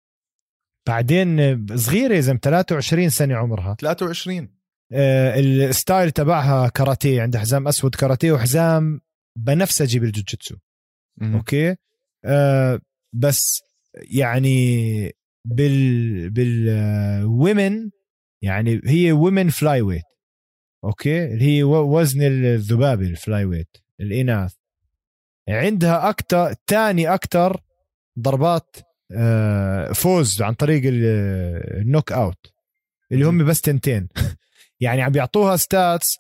بعدين صغيرة إذا 23 سنة عمرها 23. الستايل تبعها كاراتيه، عندها حزام أسود كاراتيه وحزام بنفسجي بالجوجيتسو. أوكي بس يعني بالومن يعني هي وومن فلاي ويت. اوكي اللي هي وزن الذبابة الفلاي ويت الإناث، عندها أكتر تاني أكتر ضربات فوز عن طريق النوك أوت اللي هم بس 2 يعني عم بيعطوها ستاتس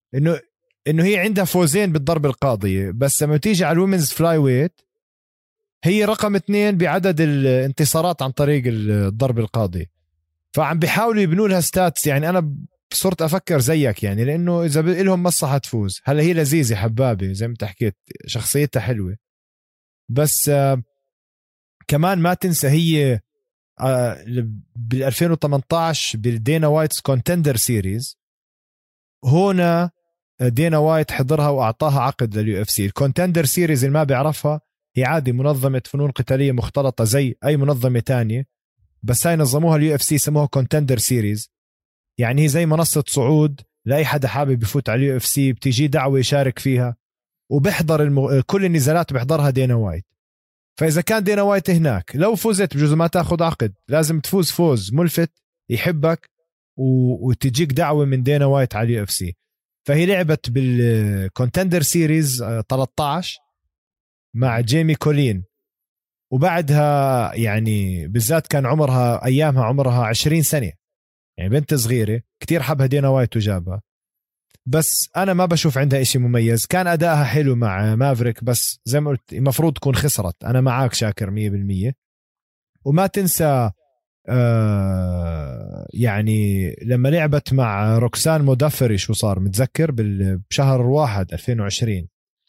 إنه هي عندها فوزين بالضربة القاضية، بس لما تيجي على الومنز فلاي ويت هي رقم 2 بعدد الانتصارات عن طريق الضرب القاضي. فعم بيحاولوا يبنوا لها ستاتس. يعني أنا صرت أفكر زيك يعني، لأنه إذا لهم مصلحة تفوز. هلا هي لذيذة حبابة زي ما انت حكيت، شخصيتها حلوة، بس كمان ما تنسى هي بال 2018 بالدينا وايتس كونتندر سيريز، هنا دينا وايت حضرها وأعطاها عقد لليو اف سي. الكونتندر سيريز اللي ما بيعرفها هي عادي منظمة فنون قتالية مختلطة زي أي منظمة تانية، بس هاي نظموها اليو اف سي سموها كونتندر سيريز. يعني هي زي منصة صعود لأي حدا حابب يفوت على اليو اف سي، بتيجي دعوة يشارك فيها وبيحضر كل النزالات بيحضرها دينا وايت. فإذا كان دينا وايت هناك لو فزت بجوز ما تاخد عقد، لازم تفوز فوز ملفت يحبك وتجيك دعوة من دينا وايت على اليو اف سي. فهي لعبت بالكونتندر سيريز 13 مع جيمي كولين، وبعدها يعني بالذات كان عمرها أيامها عمرها 20 سنة، يعني بنت صغيرة كتير حبها دينا وايت وجابها. بس أنا ما بشوف عندها إشي مميز. كان أدائها حلو مع مافريك، بس زي ما قلت المفروض تكون خسرت. أنا معاك شاكر 100%. وما تنسى يعني لما لعبت مع روكسان مودفري شو صار متذكر بشهر 1 2020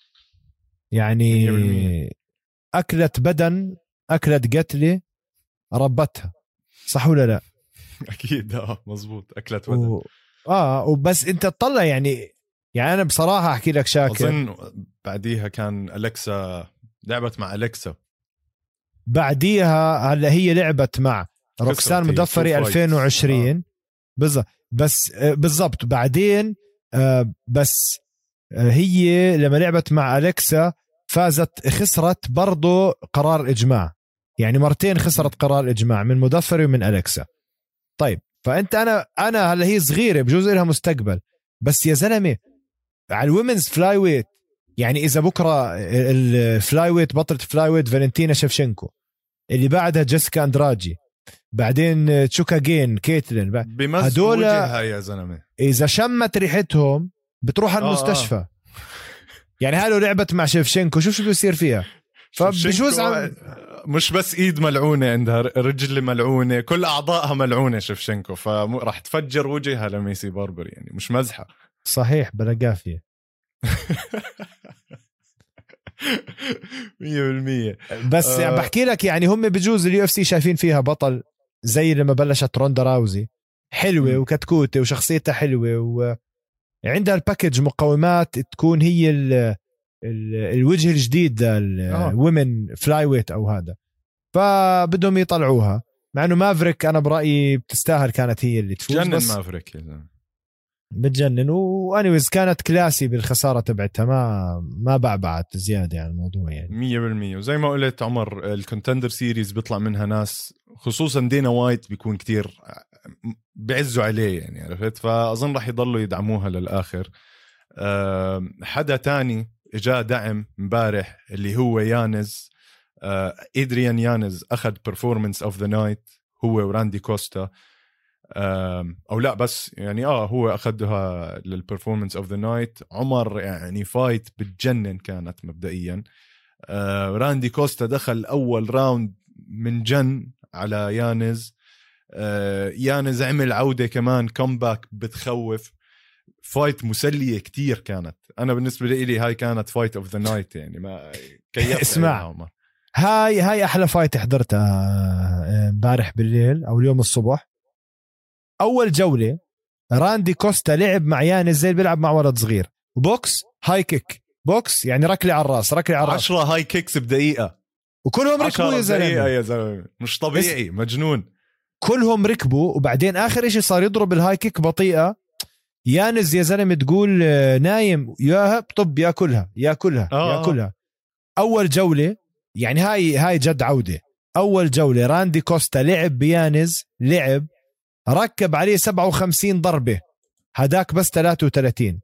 يعني أكلت بدن، أكلت قتلة، ربتها، صح ولا لا؟ أكيد مزبوط، أكلت بدن. وبس أنت تطلع يعني أنا بصراحة أحكي لك شاكر، أظن بعديها كان أليكسا لعبت مع أليكسا، بعديها هلا هي لعبت مع روكسان مدفري 2020 بالضبط. بعدين بس هي لما لعبت مع أليكسا فازت، خسرت برضو قرار إجماع، يعني مرتين خسرت قرار إجماع من مدفري ومن أليكسا. طيب فأنت أنا هلا هي صغيرة بجوز لها مستقبل، بس يا زلمة على الويمنز فلاي ويت، يعني إذا بكرة الفلاي ويت بطلة فلاي ويت فالنتينا شيفشنكو، اللي بعدها جيسيكا أندراجي، بعدين تشوكاجين، كيتلين، هدول يا زلمة إذا شمت ريحتهم بتروح على المستشفى. يعني هالو لعبت مع شيفشنكو، شو بيصير فيها؟ فبجوز مش بس ايد ملعونة، عندها رجل ملعونة، كل اعضائها ملعونة شيفشنكو، فراح تفجر وجهها لميسي باربر، يعني مش مزحة. صحيح بلا قافية 100%. بس بحكي لك يعني هم بجوز اليو اف سي شايفين فيها بطل، زي لما بلشت روندا راوزي، حلوة وكتكوتة وشخصيتها حلوة وعندها الباكج مقومات تكون هي الوجه الجديد للومن فلاي ويت او هذا، فبدهم يطلعوها. مع انه مافريك انا برأيي بتستاهل، كانت هي اللي تفوز، جنن بس مافريك يا زلمة بتجنن. وانيويز كانت كلاسي بالخسارة تبعتها، ما بعبعت زيادة عن الموضوع يعني 100%. وزي ما قلت عمر، الكونتندر سيريز بيطلع منها ناس، خصوصا دينا وايت بيكون كتير بعزوا عليه يعني، عرفت؟ فأظن راح يضلوا يدعموها للآخر. حدا تاني جاء دعم مبارح اللي هو يانز، إدريان يانز أخذ performance of the night هو وراندي كوستا، أو لا بس يعني هو أخذها للperformance of the night. عمر يعني فايت بتجنن كانت مبدئيا. راندي كوستا دخل أول راوند من جن على يانز، يانز عمل عودة كمان كومباك بتخوف. فايت مسلية كتير كانت. أنا بالنسبة لي هاي كانت فايت اوف ذا نايت، يعني ما كيف اسمع، هاي أحلى فايت حضرتها امبارح بالليل أو اليوم الصبح. أول جولة راندي كوستا لعب مع يانز زي بيلعب مع ولد صغير، وبوكس هاي كيك، بوكس يعني ركلي على الراس، 10 هاي كيكس بدقيقة، وكلهم ركبوا يا زلمة مش طبيعي، مجنون. كلهم ركبوا، وبعدين آخر إشي صار يضرب الهاي كيك بطيئة. يانز يا زلمة تقول نايم ياها طب ياكلها. أول جولة يعني هاي جد عودة. أول جولة راندي كوستا لعب بيانز، لعب ركب عليه 57 ضربة، هداك بس 33.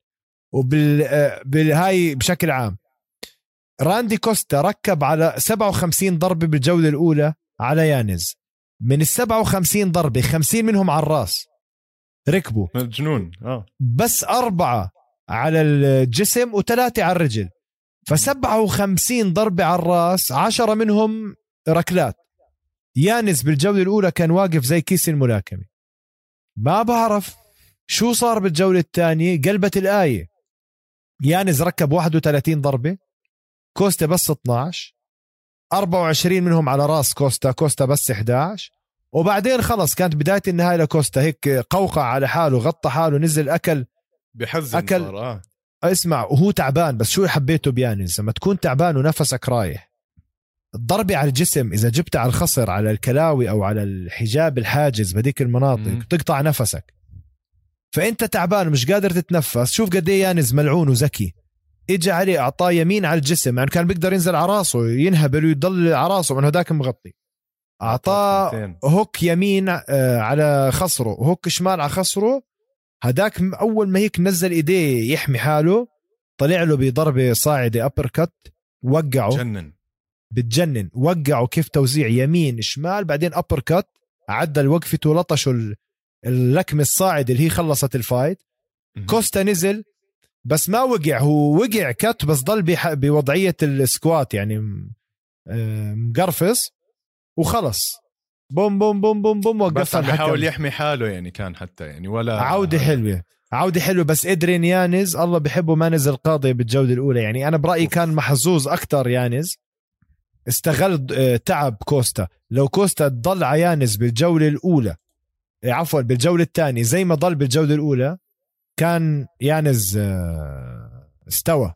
وبالهاي بشكل عام راندي كوستا ركب على 57 ضربة بالجولة الأولى على يانز. من 57 ضربة 50 منهم على الراس ركبوا، مجنون. بس 4 على الجسم و3 على الرجل. ف57 ضربة على الراس 10 منهم ركلات. يانس بالجولة الأولى كان واقف زي كيس الملاكمة. ما بعرف شو صار بالجولة الثانية، قلبت الآية. يانس ركب 31 ضربة، كوستا بس 12، 24 منهم على راس كوستا بس 11. وبعدين خلص كانت بداية النهاية لكوستا، هيك قوقع على حاله، غطى حاله، نزل أكل بحزن صار. اسمع وهو تعبان. بس شو حبيته بيانس؟ لما تكون تعبان ونفسك رايح، الضربة على الجسم إذا جبتها على الخصر، على الكلاوي أو على الحجاب الحاجز بديك المناطق تقطع نفسك. فأنت تعبان ومش قادر تتنفس. شوف قد ايه يانس ملعون وذكي، اجى عليه اعطاه يمين على الجسم، يعني كان بيقدر ينزل على راسه ينهبل ويضل على راسه من هداك مغطي. اعطاه هوك يمين على خصره، هوك شمال على خصره. هداك اول ما هيك نزل ايديه يحمي حاله، طلع له بضربه صاعده ابر كت، وقعه بتجنن، وقعه كيف توزيع يمين شمال، بعدين ابر كت عدل وقفته ولطشه اللكمه الصاعده اللي هي خلصت الفايت. كوستا نزل بس ما وقع، هو وقع كت بس ضل بوضعية السكوات، يعني مقرفص وخلص. بوم بوم بوم بوم بوم وقف. بس بيحاول يحمي حاله يعني، كان حتى يعني ولا عودة حلوة. بس إدرين يانز الله بحبه ما نزل قاضي بالجولة الأولى. يعني أنا برأيي كان محظوظ أكتر يانز، استغل تعب كوستا. لو كوستا ضل على يانز بالجولة الأولى، عفوا بالجولة الثانية زي ما ضل بالجولة الأولى، كان يانز استوى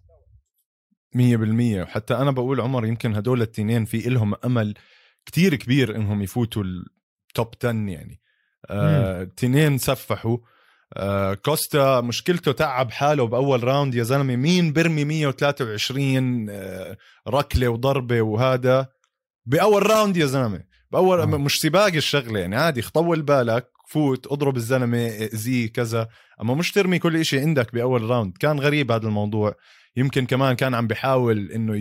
100%. وحتى أنا بقول عمر يمكن هدول التنين في إلهم أمل كتير كبير إنهم يفوتوا التوب 10 يعني. التنين سفحوا. كوستا مشكلته تعب حاله بأول راوند يا زلمة. مين برمي 123 ركلة وضربة وهذا بأول راوند يا زلمة؟ بأول مش سباق الشغلة يعني، عادي طول بالك، فوت اضرب الزلمة زي كذا، أما مش ترمي كل إشي عندك بأول راوند. كان غريب هذا الموضوع. يمكن كمان كان عم بيحاول إنه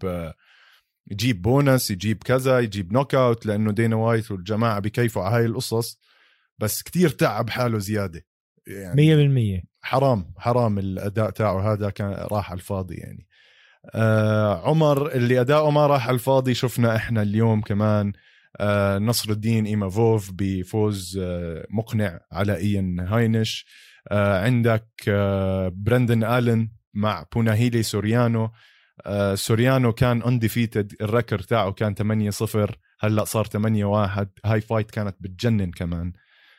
يجيب بونس، يجيب كذا، يجيب نوك اوت، لأنه دينا وايت والجماعة بكيفوا على هاي القصص. بس كتير تعب حاله زيادة يعني 100%. حرام الأداء تاعه هذا كان راح على الفاضي يعني. عمر اللي أداؤه ما راح على الفاضي شفنا إحنا اليوم كمان نصر الدين إيمافوف بفوز مقنع على إيان هاينش. عندك برندن آلن مع بوناهيلي سوريانو. سوريانو كان undefeated، الركر تاعه كان 8-0، هلأ صار 8-1. هاي فايت كانت بتجنن كمان.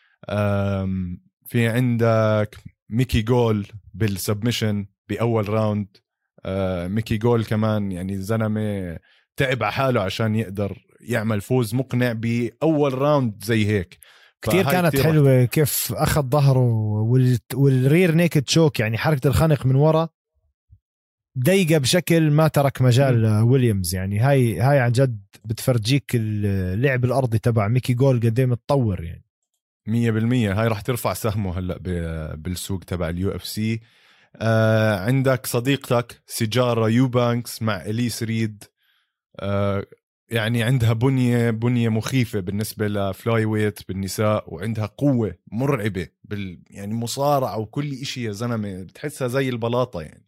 في عندك ميكي جول بالسبمشن بأول راوند. ميكي جول كمان يعني زلمة تعب على حاله عشان يقدر يعمل فوز مقنع بأول راوند زي هيك. كتير كانت كتير حلوة كيف أخذ ظهره والرير نيكد تشوك، يعني حركة الخنق من وراء دقيقة بشكل ما ترك مجال ويليامز. يعني هاي عن جد بتفرجيك اللعب الأرضي تبع ميكي جول قد ايه متطور يعني. 100%. هاي راح ترفع سهمه هلأ بالسوق تبع UFC. عندك صديقتك سيجارة يوبانكس مع إليس ريد. يعني عندها بنية مخيفة بالنسبة لفلاي ويت بالنساء، وعندها قوة مرعبة يعني مصارعة وكل إشي يا زلمة، بتحسها زي البلاطة يعني.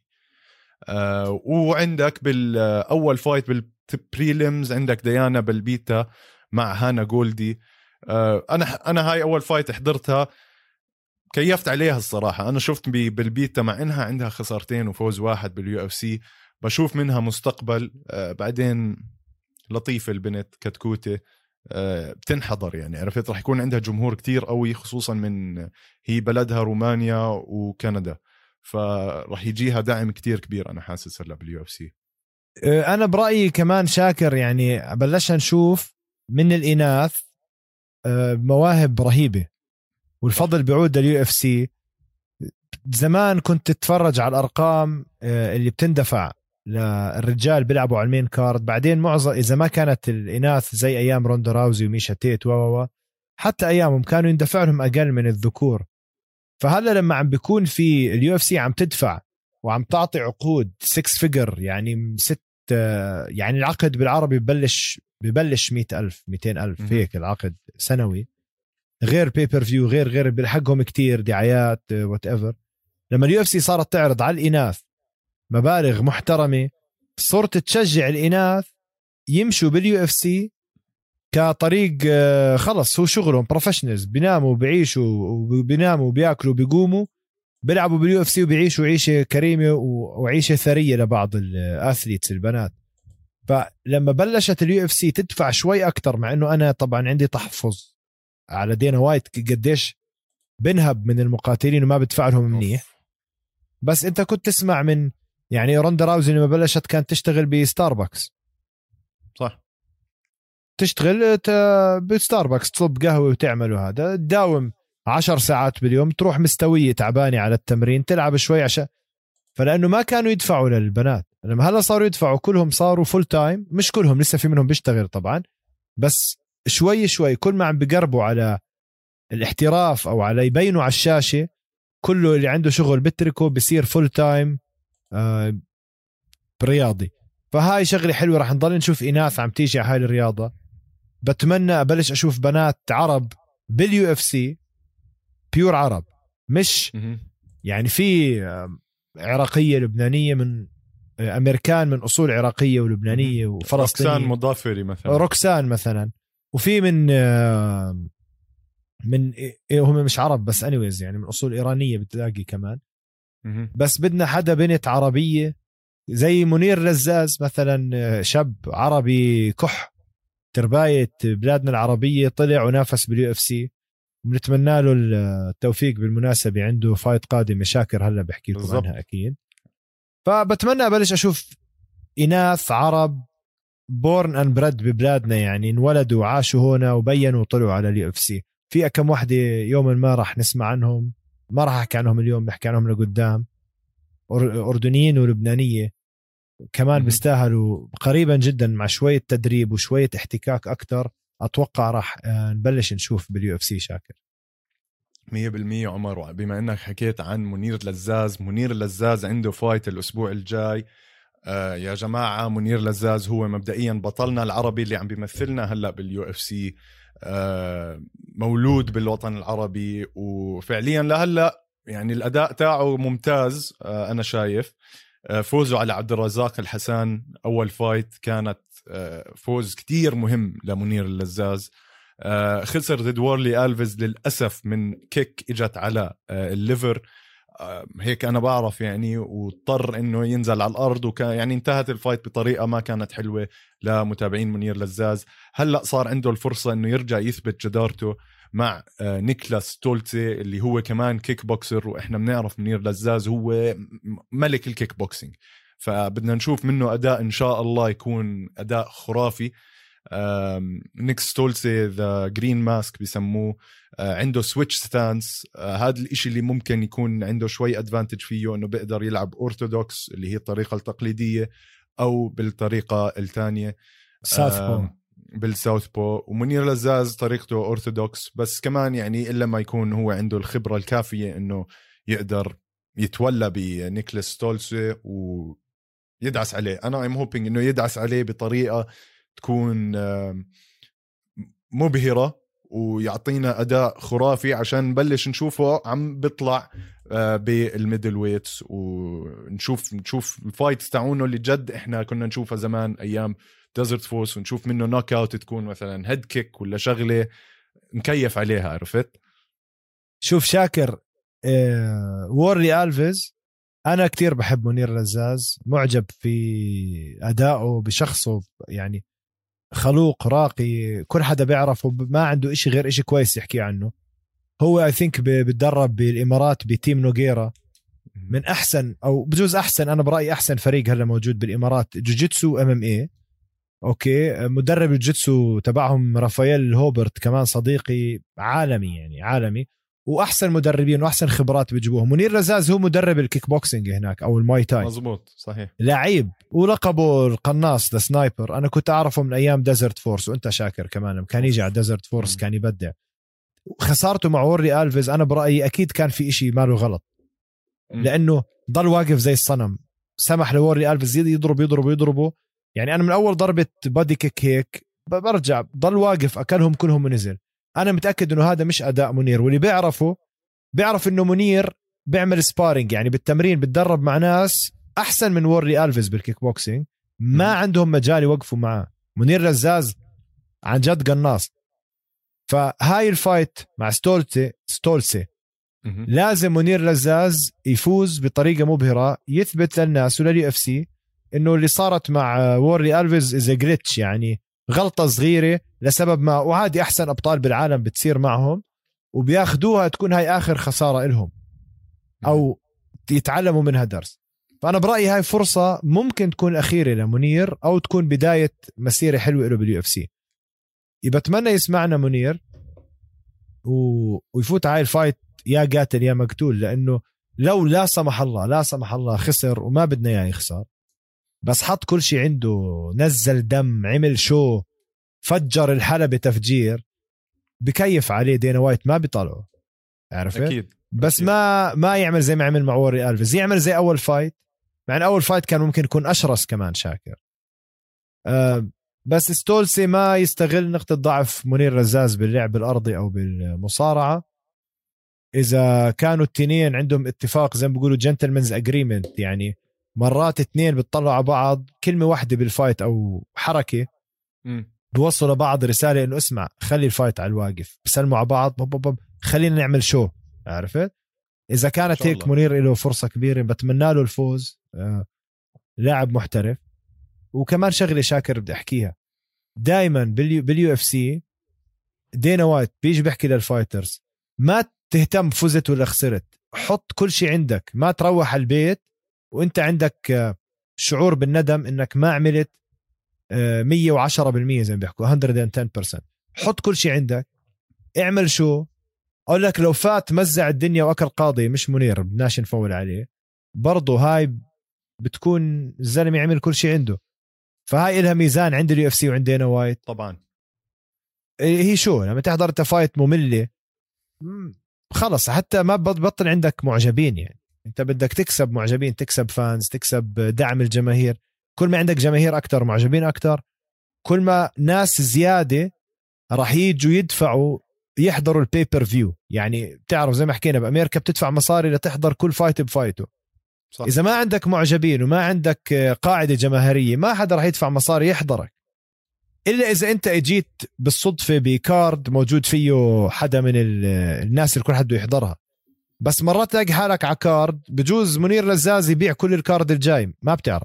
وعندك بالأول فايت بالبريليمز عندك ديانا بالبيتا مع هانا جولدي. أنا هاي أول فايت حضرتها كيفت عليها الصراحة. أنا شفت بالبيتا مع إنها عندها خسارتين وفوز واحد بالUFC، بشوف منها مستقبل. بعدين لطيفة البنت، كتكوتة، بتنحضر يعني، عرفت رح يكون عندها جمهور كتير قوي، خصوصا من هي بلدها رومانيا وكندا، فرح يجيها دعم كتير كبير أنا حاسس هلا بالUFC. أنا برأيي كمان شاكر يعني بلشنا نشوف من الإناث مواهب رهيبة، والفضل بيعود للUFC. زمان كنت تتفرج على الأرقام اللي بتندفع للرجال بيلعبوا على المين كارد، بعدين معظم إذا ما كانت الإناث زي أيام روندا راوزي وميشا تيت حتى أيامهم كانوا يندفع لهم أقل من الذكور. فهلا لما عم بيكون في الUFC عم تدفع وعم تعطي عقود 6 فيجر، يعني 6، يعني العقد بالعربي ببلش 100,000 200,000 هيك العقد سنوي، غير بيبر فيو، غير بلحقهم كتير دعايات وات ايفر. لما الUFC صارت تعرض على الإناث مبالغ محترمة صرت تشجع الإناث يمشوا باليو اف سي كطريق خلص هو شغلهم بروفيشنالز بيناموا وبيعيشوا وبيناموا وبياكلوا وبيقوموا بيلعبوا باليو اف سي وبيعيشوا عيشة كريمة وعيشة ثرية لبعض الأثليتس البنات. فلما بلشت اليو اف سي تدفع شوي أكتر مع أنه أنا طبعا عندي تحفظ على دينا وايت قديش بنهب من المقاتلين وما بدفع لهم منيح. بس أنت كنت تسمع من يعني روندا راوزي لما بلشت كانت تشتغل بستاربكس صح تشتغل بستاربكس تصب قهوة وتعملوا هذا تداوم 10 ساعات باليوم تروح مستوية تعبانة على التمرين تلعب شوي عشان فلأنه ما كانوا يدفعوا للبنات لما هلا صاروا يدفعوا كلهم صاروا فول تايم مش كلهم لسه في منهم بيشتغل طبعا بس شوي شوي كل ما عم بقربوا على الاحتراف أو على يبينوا على الشاشة كله اللي عنده شغل بتركه بصير فول تايم برياضي. فهاي شغلة حلوة رح نضل نشوف إناث عم تيجي على هاي الرياضة. بتمنى أبلش أشوف بنات عرب باليو اف سي بيور عرب مش يعني في عراقية لبنانية من أمريكان من أصول عراقية ولبنانية وفلسطينية روكسان مضافري مثلا روكسان مثلا وفي من هم مش عرب بس anyways يعني من أصول إيرانية بتلاقي كمان. بس بدنا حدا بنت عربية زي منير لزاز مثلا شاب عربي كح ترباية بلادنا العربية طلع ونافس باليو اف سي ونتمنى له التوفيق. بالمناسبة عنده فايت قادمة شاكر هلا بحكي لكم عنها أكيد. فبتمنى أبلش أشوف إناث عرب بورن أند بريد ببلادنا يعني انولدوا وعاشوا هنا وبينوا وطلعوا على اليو اف سي. في كم واحدة يوما ما راح نسمع عنهم ما راح أحكي عنهم اليوم نحكي عنهم لقدام أردنيين ولبنانية كمان بيستاهلوا قريبا جدا مع شوية تدريب وشوية احتكاك أكتر أتوقع راح نبلش نشوف باليو اف سي شاكر 100% عمر. بما أنك حكيت عن منير لزاز عنده فايت الأسبوع الجاي. يا جماعة منير لزاز هو مبدئيا بطلنا العربي اللي عم بيمثلنا هلأ باليو اف سي مولود بالوطن العربي وفعليا لهلأ يعني الأداء تاعه ممتاز. أنا شايف فوزه على عبد الرزاق الحسن أول فايت كانت فوز كتير مهم لمنير اللزاز. خسر ضد وورلي ألفيز للأسف من كيك إجت على الليفر هيك أنا بعرف يعني واضطر إنه ينزل على الأرض يعني انتهت الفايت بطريقة ما كانت حلوة لمتابعين منير لزاز. هلأ صار عنده الفرصة إنه يرجع يثبت جدارته مع نيكلاس تولتي اللي هو كمان كيك بوكسر وإحنا بنعرف منير لزاز هو ملك الكيك بوكسينج. فبدنا نشوف منه أداء إن شاء الله يكون أداء خرافي. نيكس تولتي ذا جرين ماسك بيسموه عنده سويتش ستانس. هذا الاشي اللي ممكن يكون عنده شوي ادفانتج فيه انه بيقدر يلعب اورثودوكس اللي هي الطريقة التقليدية او بالطريقة الثانية بالساوث بو. ومنير لزاز طريقته اورثودوكس بس كمان يعني الا ما يكون هو عنده الخبرة الكافية انه يقدر يتولى بنيكلاس تولتي ويدعس عليه. انا ام هوبينج انه يدعس عليه بطريقة تكون مبهرة ويعطينا أداء خرافي عشان نبلش نشوفه عم بيطلع بالميدل ويتس ونشوف الفايتس تاعونه اللي جد إحنا كنا نشوفها زمان أيام ديزرت فورس ونشوف منه نوك اوت تكون مثلا هيد كيك ولا شغلة نكيف عليها. عرفت؟ شوف شاكر وورلي ألفيز أنا كتير بحب منير لزاز معجب في أدائه بشخصه يعني خلوق راقي كل حدا بيعرفه ما عنده إشي غير إشي كويس يحكي عنه. هو I think بتدرب بالإمارات بتيم نوغيرا من أحسن أو بجوز أحسن أنا برأيي أحسن فريق هلا موجود بالإمارات جوجيتسو MMA. أوكي مدرب الجوجيتسو تبعهم رافائيل هوبرت كمان صديقي عالمي يعني عالمي وأحسن مدربين وأحسن خبرات بيجيبوهم. منير لزاز هو مدرب الكيك بوكسينج هناك أو الماي تاي مزبوط صحيح لعيب ولقبه القناص السنايبر. أنا كنت أعرفه من أيام ديزرت فورس وأنت شاكر كمان كان يجي على ديزرت فورس كان يبدع. خسارته مع وورلي ألفيز أنا برأيي أكيد كان في إشي ماله غلط لأنه ضل واقف زي الصنم سمح لوورلي ألفيز يضربه يعني أنا من أول ضربة بادي كيك هيك برجع ضل واقف أكلهم كلهم ونزل. أنا متأكد إنه هذا مش أداء منير واللي بيعرف إنه منير بيعمل سبارينج يعني بالتمرين بتدرب مع ناس أحسن من وورلي ألفيز بالكيك بوكسينج ما عندهم مجال يوقفوا معاه. منير رزاز عن جد قناص. فهاي الفايت مع ستولسي لازم منير رزاز يفوز بطريقة مبهرة، يثبت للناس ولليو اف سي انه اللي صارت مع وورلي ألفيز إذا جليتش، يعني غلطة صغيرة لسبب ما، وعادي أحسن أبطال بالعالم بتصير معهم وبياخدوها تكون هاي آخر خسارة إلهم أو يتعلموا منها درس. فأنا برأيي هاي فرصة ممكن تكون أخيرة لمنير أو تكون بداية مسيرة حلوة له باليو اف سي. بتمنى يسمعنا منير ويفوت هاي الفايت يا قاتل يا مقتول، لأنه لو لا سمح الله خسر، وما بدنا إياه يخسر، بس حط كل شيء عنده، نزل دم، عمل شو، فجر الحلبة تفجير، بكيف عليه دينا وايت، ما بيطلعه، عرفت؟ أكيد. بس أكيد. ما يعمل زي ما عمل مع ووري ألفيز، يعمل زي أول فايت، مع أول فايت كان ممكن يكون أشرس كمان شاكر. بس ستولسي ما يستغل نقطة ضعف منير رزاز باللعب الأرضي أو بالمصارعة. إذا كانوا التنين عندهم اتفاق زي ما بيقولوا جنتلمنز أجريمنت، يعني مرات اتنين بتطلعوا على بعض كلمة واحدة بالفايت أو حركة بيوصلوا لبعض رسالة إنه اسمع خلي الفايت على الواقف، بسلموا على بعض خلينا نعمل شو، عرفت؟ إذا كانت هيك منير له فرصة كبيرة، بتمنى له الفوز. لاعب محترف. وكمان شغلة شاكر بدي أحكيها دايما باليو اف سي، دينا وايت بيجي بيحكي للفايترز ما تهتم فزت ولا خسرت، حط كل شيء عندك، ما تروح البيت وانت عندك شعور بالندم انك ما عملت 110% زي ما بيحكوا 110%. حط كل شيء عندك، اعمل شو اقول لك. لو فات مزع الدنيا واكل قاضي مش منير، بدناش نفول عليه برضو، هاي بتكون الزلمه يعمل كل شيء عنده. فهاي إلها ميزان عند اليو اف سي وعندنا وايت طبعا. هي شو لما تحضر تفايت مملة خلص، حتى ما بطل عندك معجبين، يعني انت بدك تكسب معجبين، تكسب فانز، تكسب دعم الجماهير. كل ما عندك جماهير اكتر، معجبين اكتر، كل ما ناس زيادة راح يجوا يدفعوا يحضروا البيبر فيو. يعني بتعرف زي ما حكينا بأمريكا بتدفع مصاري لتحضر كل فايت بفايته. صح. إذا ما عندك معجبين وما عندك قاعدة جماهيرية ما حدا راح يدفع مصاري يحضرك، إلا إذا أنت اجيت بالصدفة بكارد موجود فيه حدا من الناس اللي كل حد يحضرها. بس مرات تلاقي حالك على كارد بجوز منير رزاز يبيع كل الكارد الجاي، ما بتعرف.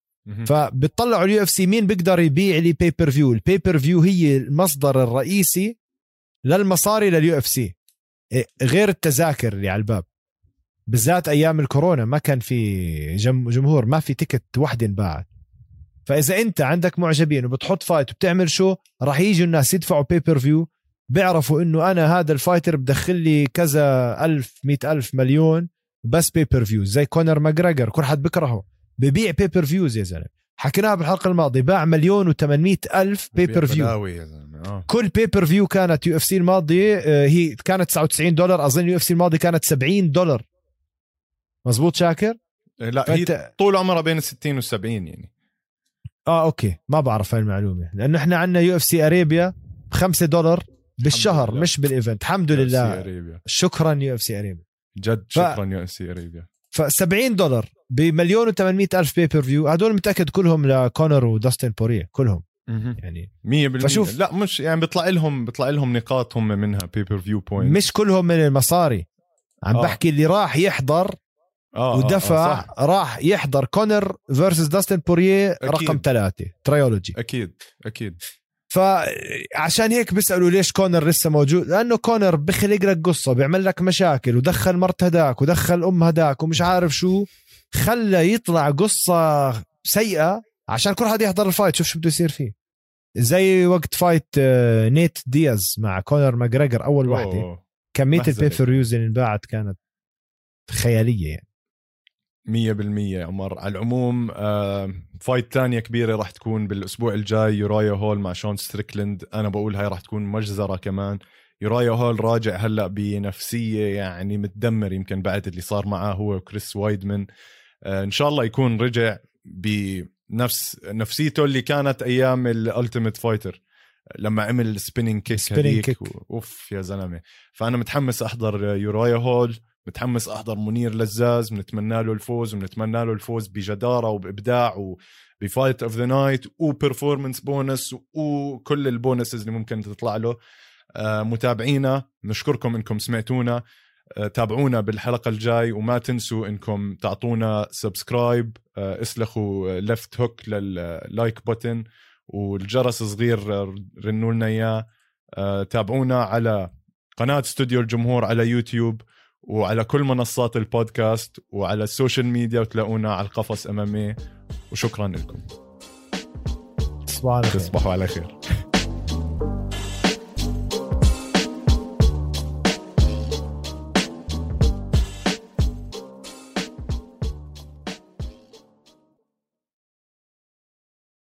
فبتطلعوا اليو اف سي مين بيقدر يبيع لي بيبر فيو. البيبر فيو هي المصدر الرئيسي للمصاري لليو اف سي، غير التذاكر اللي على الباب. بالذات أيام الكورونا ما كان في جمهور، ما في تيكت واحدة انباعت. فإذا أنت عندك معجبين وبتحط فايت وبتعمل شو، راح يجوا الناس يدفعوا بيبر فيو، بيعرفوا إنه أنا هذا الفايتر بدخل لي كذا ألف 100,000 مليون بس بيبر فيو. زي كونر ماجريجر كل حد بكرهه، ببيع بيبر فيوز يا زلمة. حكيناها بالحلقة الماضية، باع 1,800,000 بيبر فيو. كل بيبر فيو كانت يو اف سي الماضية هي كانت $99، أظن يو اف سي الماضي كانت $70. مزبوط شاكر؟ لا هي طول عمرها بين 60 و70 يعني. اوكي ما بعرف هاي المعلومة، لأنه احنا عنا يو اف سي أريبيا $5 بالشهر مش بالايفنت. الحمد لله، شكرا يو اف سي أريبيا، جد شكرا يو اف سي أريبيا. $70 ب1,800,000 بيبر فيو، هدول متأكد كلهم لكونر وداستن بوريه كلهم يعني 100%. فشوف لا مش يعني بيطلع لهم نقاط هم منها بيبر فيو بوينت، مش كلهم من المصاري. عم بحكي اللي راح يحضر ودفع راح يحضر كونر فيرسس داستن بوريه رقم 3 تريولوجي. أكيد. فعشان هيك بيسألوا ليش كونر لسه موجود، لأنه كونر بخلق لك قصة، بيعمل لك مشاكل، ودخل مرت هداك ودخل أم هداك ومش عارف شو، خلى يطلع قصة سيئة عشان كل حد يحضر الفايت. شوف شو بده يصير فيه، زي وقت فايت نيت دياز مع كونر ماجريجر أول واحدة، كمية البيبر فيوز اللي انباعت كانت خيالية يعني. 100% عمر. على العموم فايت تانية كبيرة راح تكون بالأسبوع الجاي، يورايا هول مع شون ستريكلند. أنا بقول هاي راح تكون مجزرة كمان. يورايا هول راجع هلأ بنفسية يعني متدمر، يمكن بعد اللي صار معاه هو وكريس وايدمان. إن شاء الله يكون رجع نفسيته اللي كانت أيام الألتيميت فايتر لما عمل سبينينج كيك. أوف يا زلمة. فأنا متحمس أحضر يورايا هول، متحمس أحضر منير لزاز، بنتمنى له الفوز، ونتمنى له الفوز بجدارة وبإبداع وبفايت أوف ذا نايت وبرفورمانس بونس وكل البونسز اللي ممكن تطلع له. متابعينا نشكركم إنكم سمعتونا، تابعونا بالحلقة الجاي، وما تنسوا إنكم تعطونا سبسكرايب، اسلخوا ليفت هوك لللايك بوتن والجرس صغير رنوا لنا إياه. تابعونا على قناة استوديو الجمهور على يوتيوب وعلى كل منصات البودكاست وعلى السوشيال ميديا، وتلاقونا على القفص MMA. وشكرا لكم. تصبحوا على خير. تصبحوا على خير.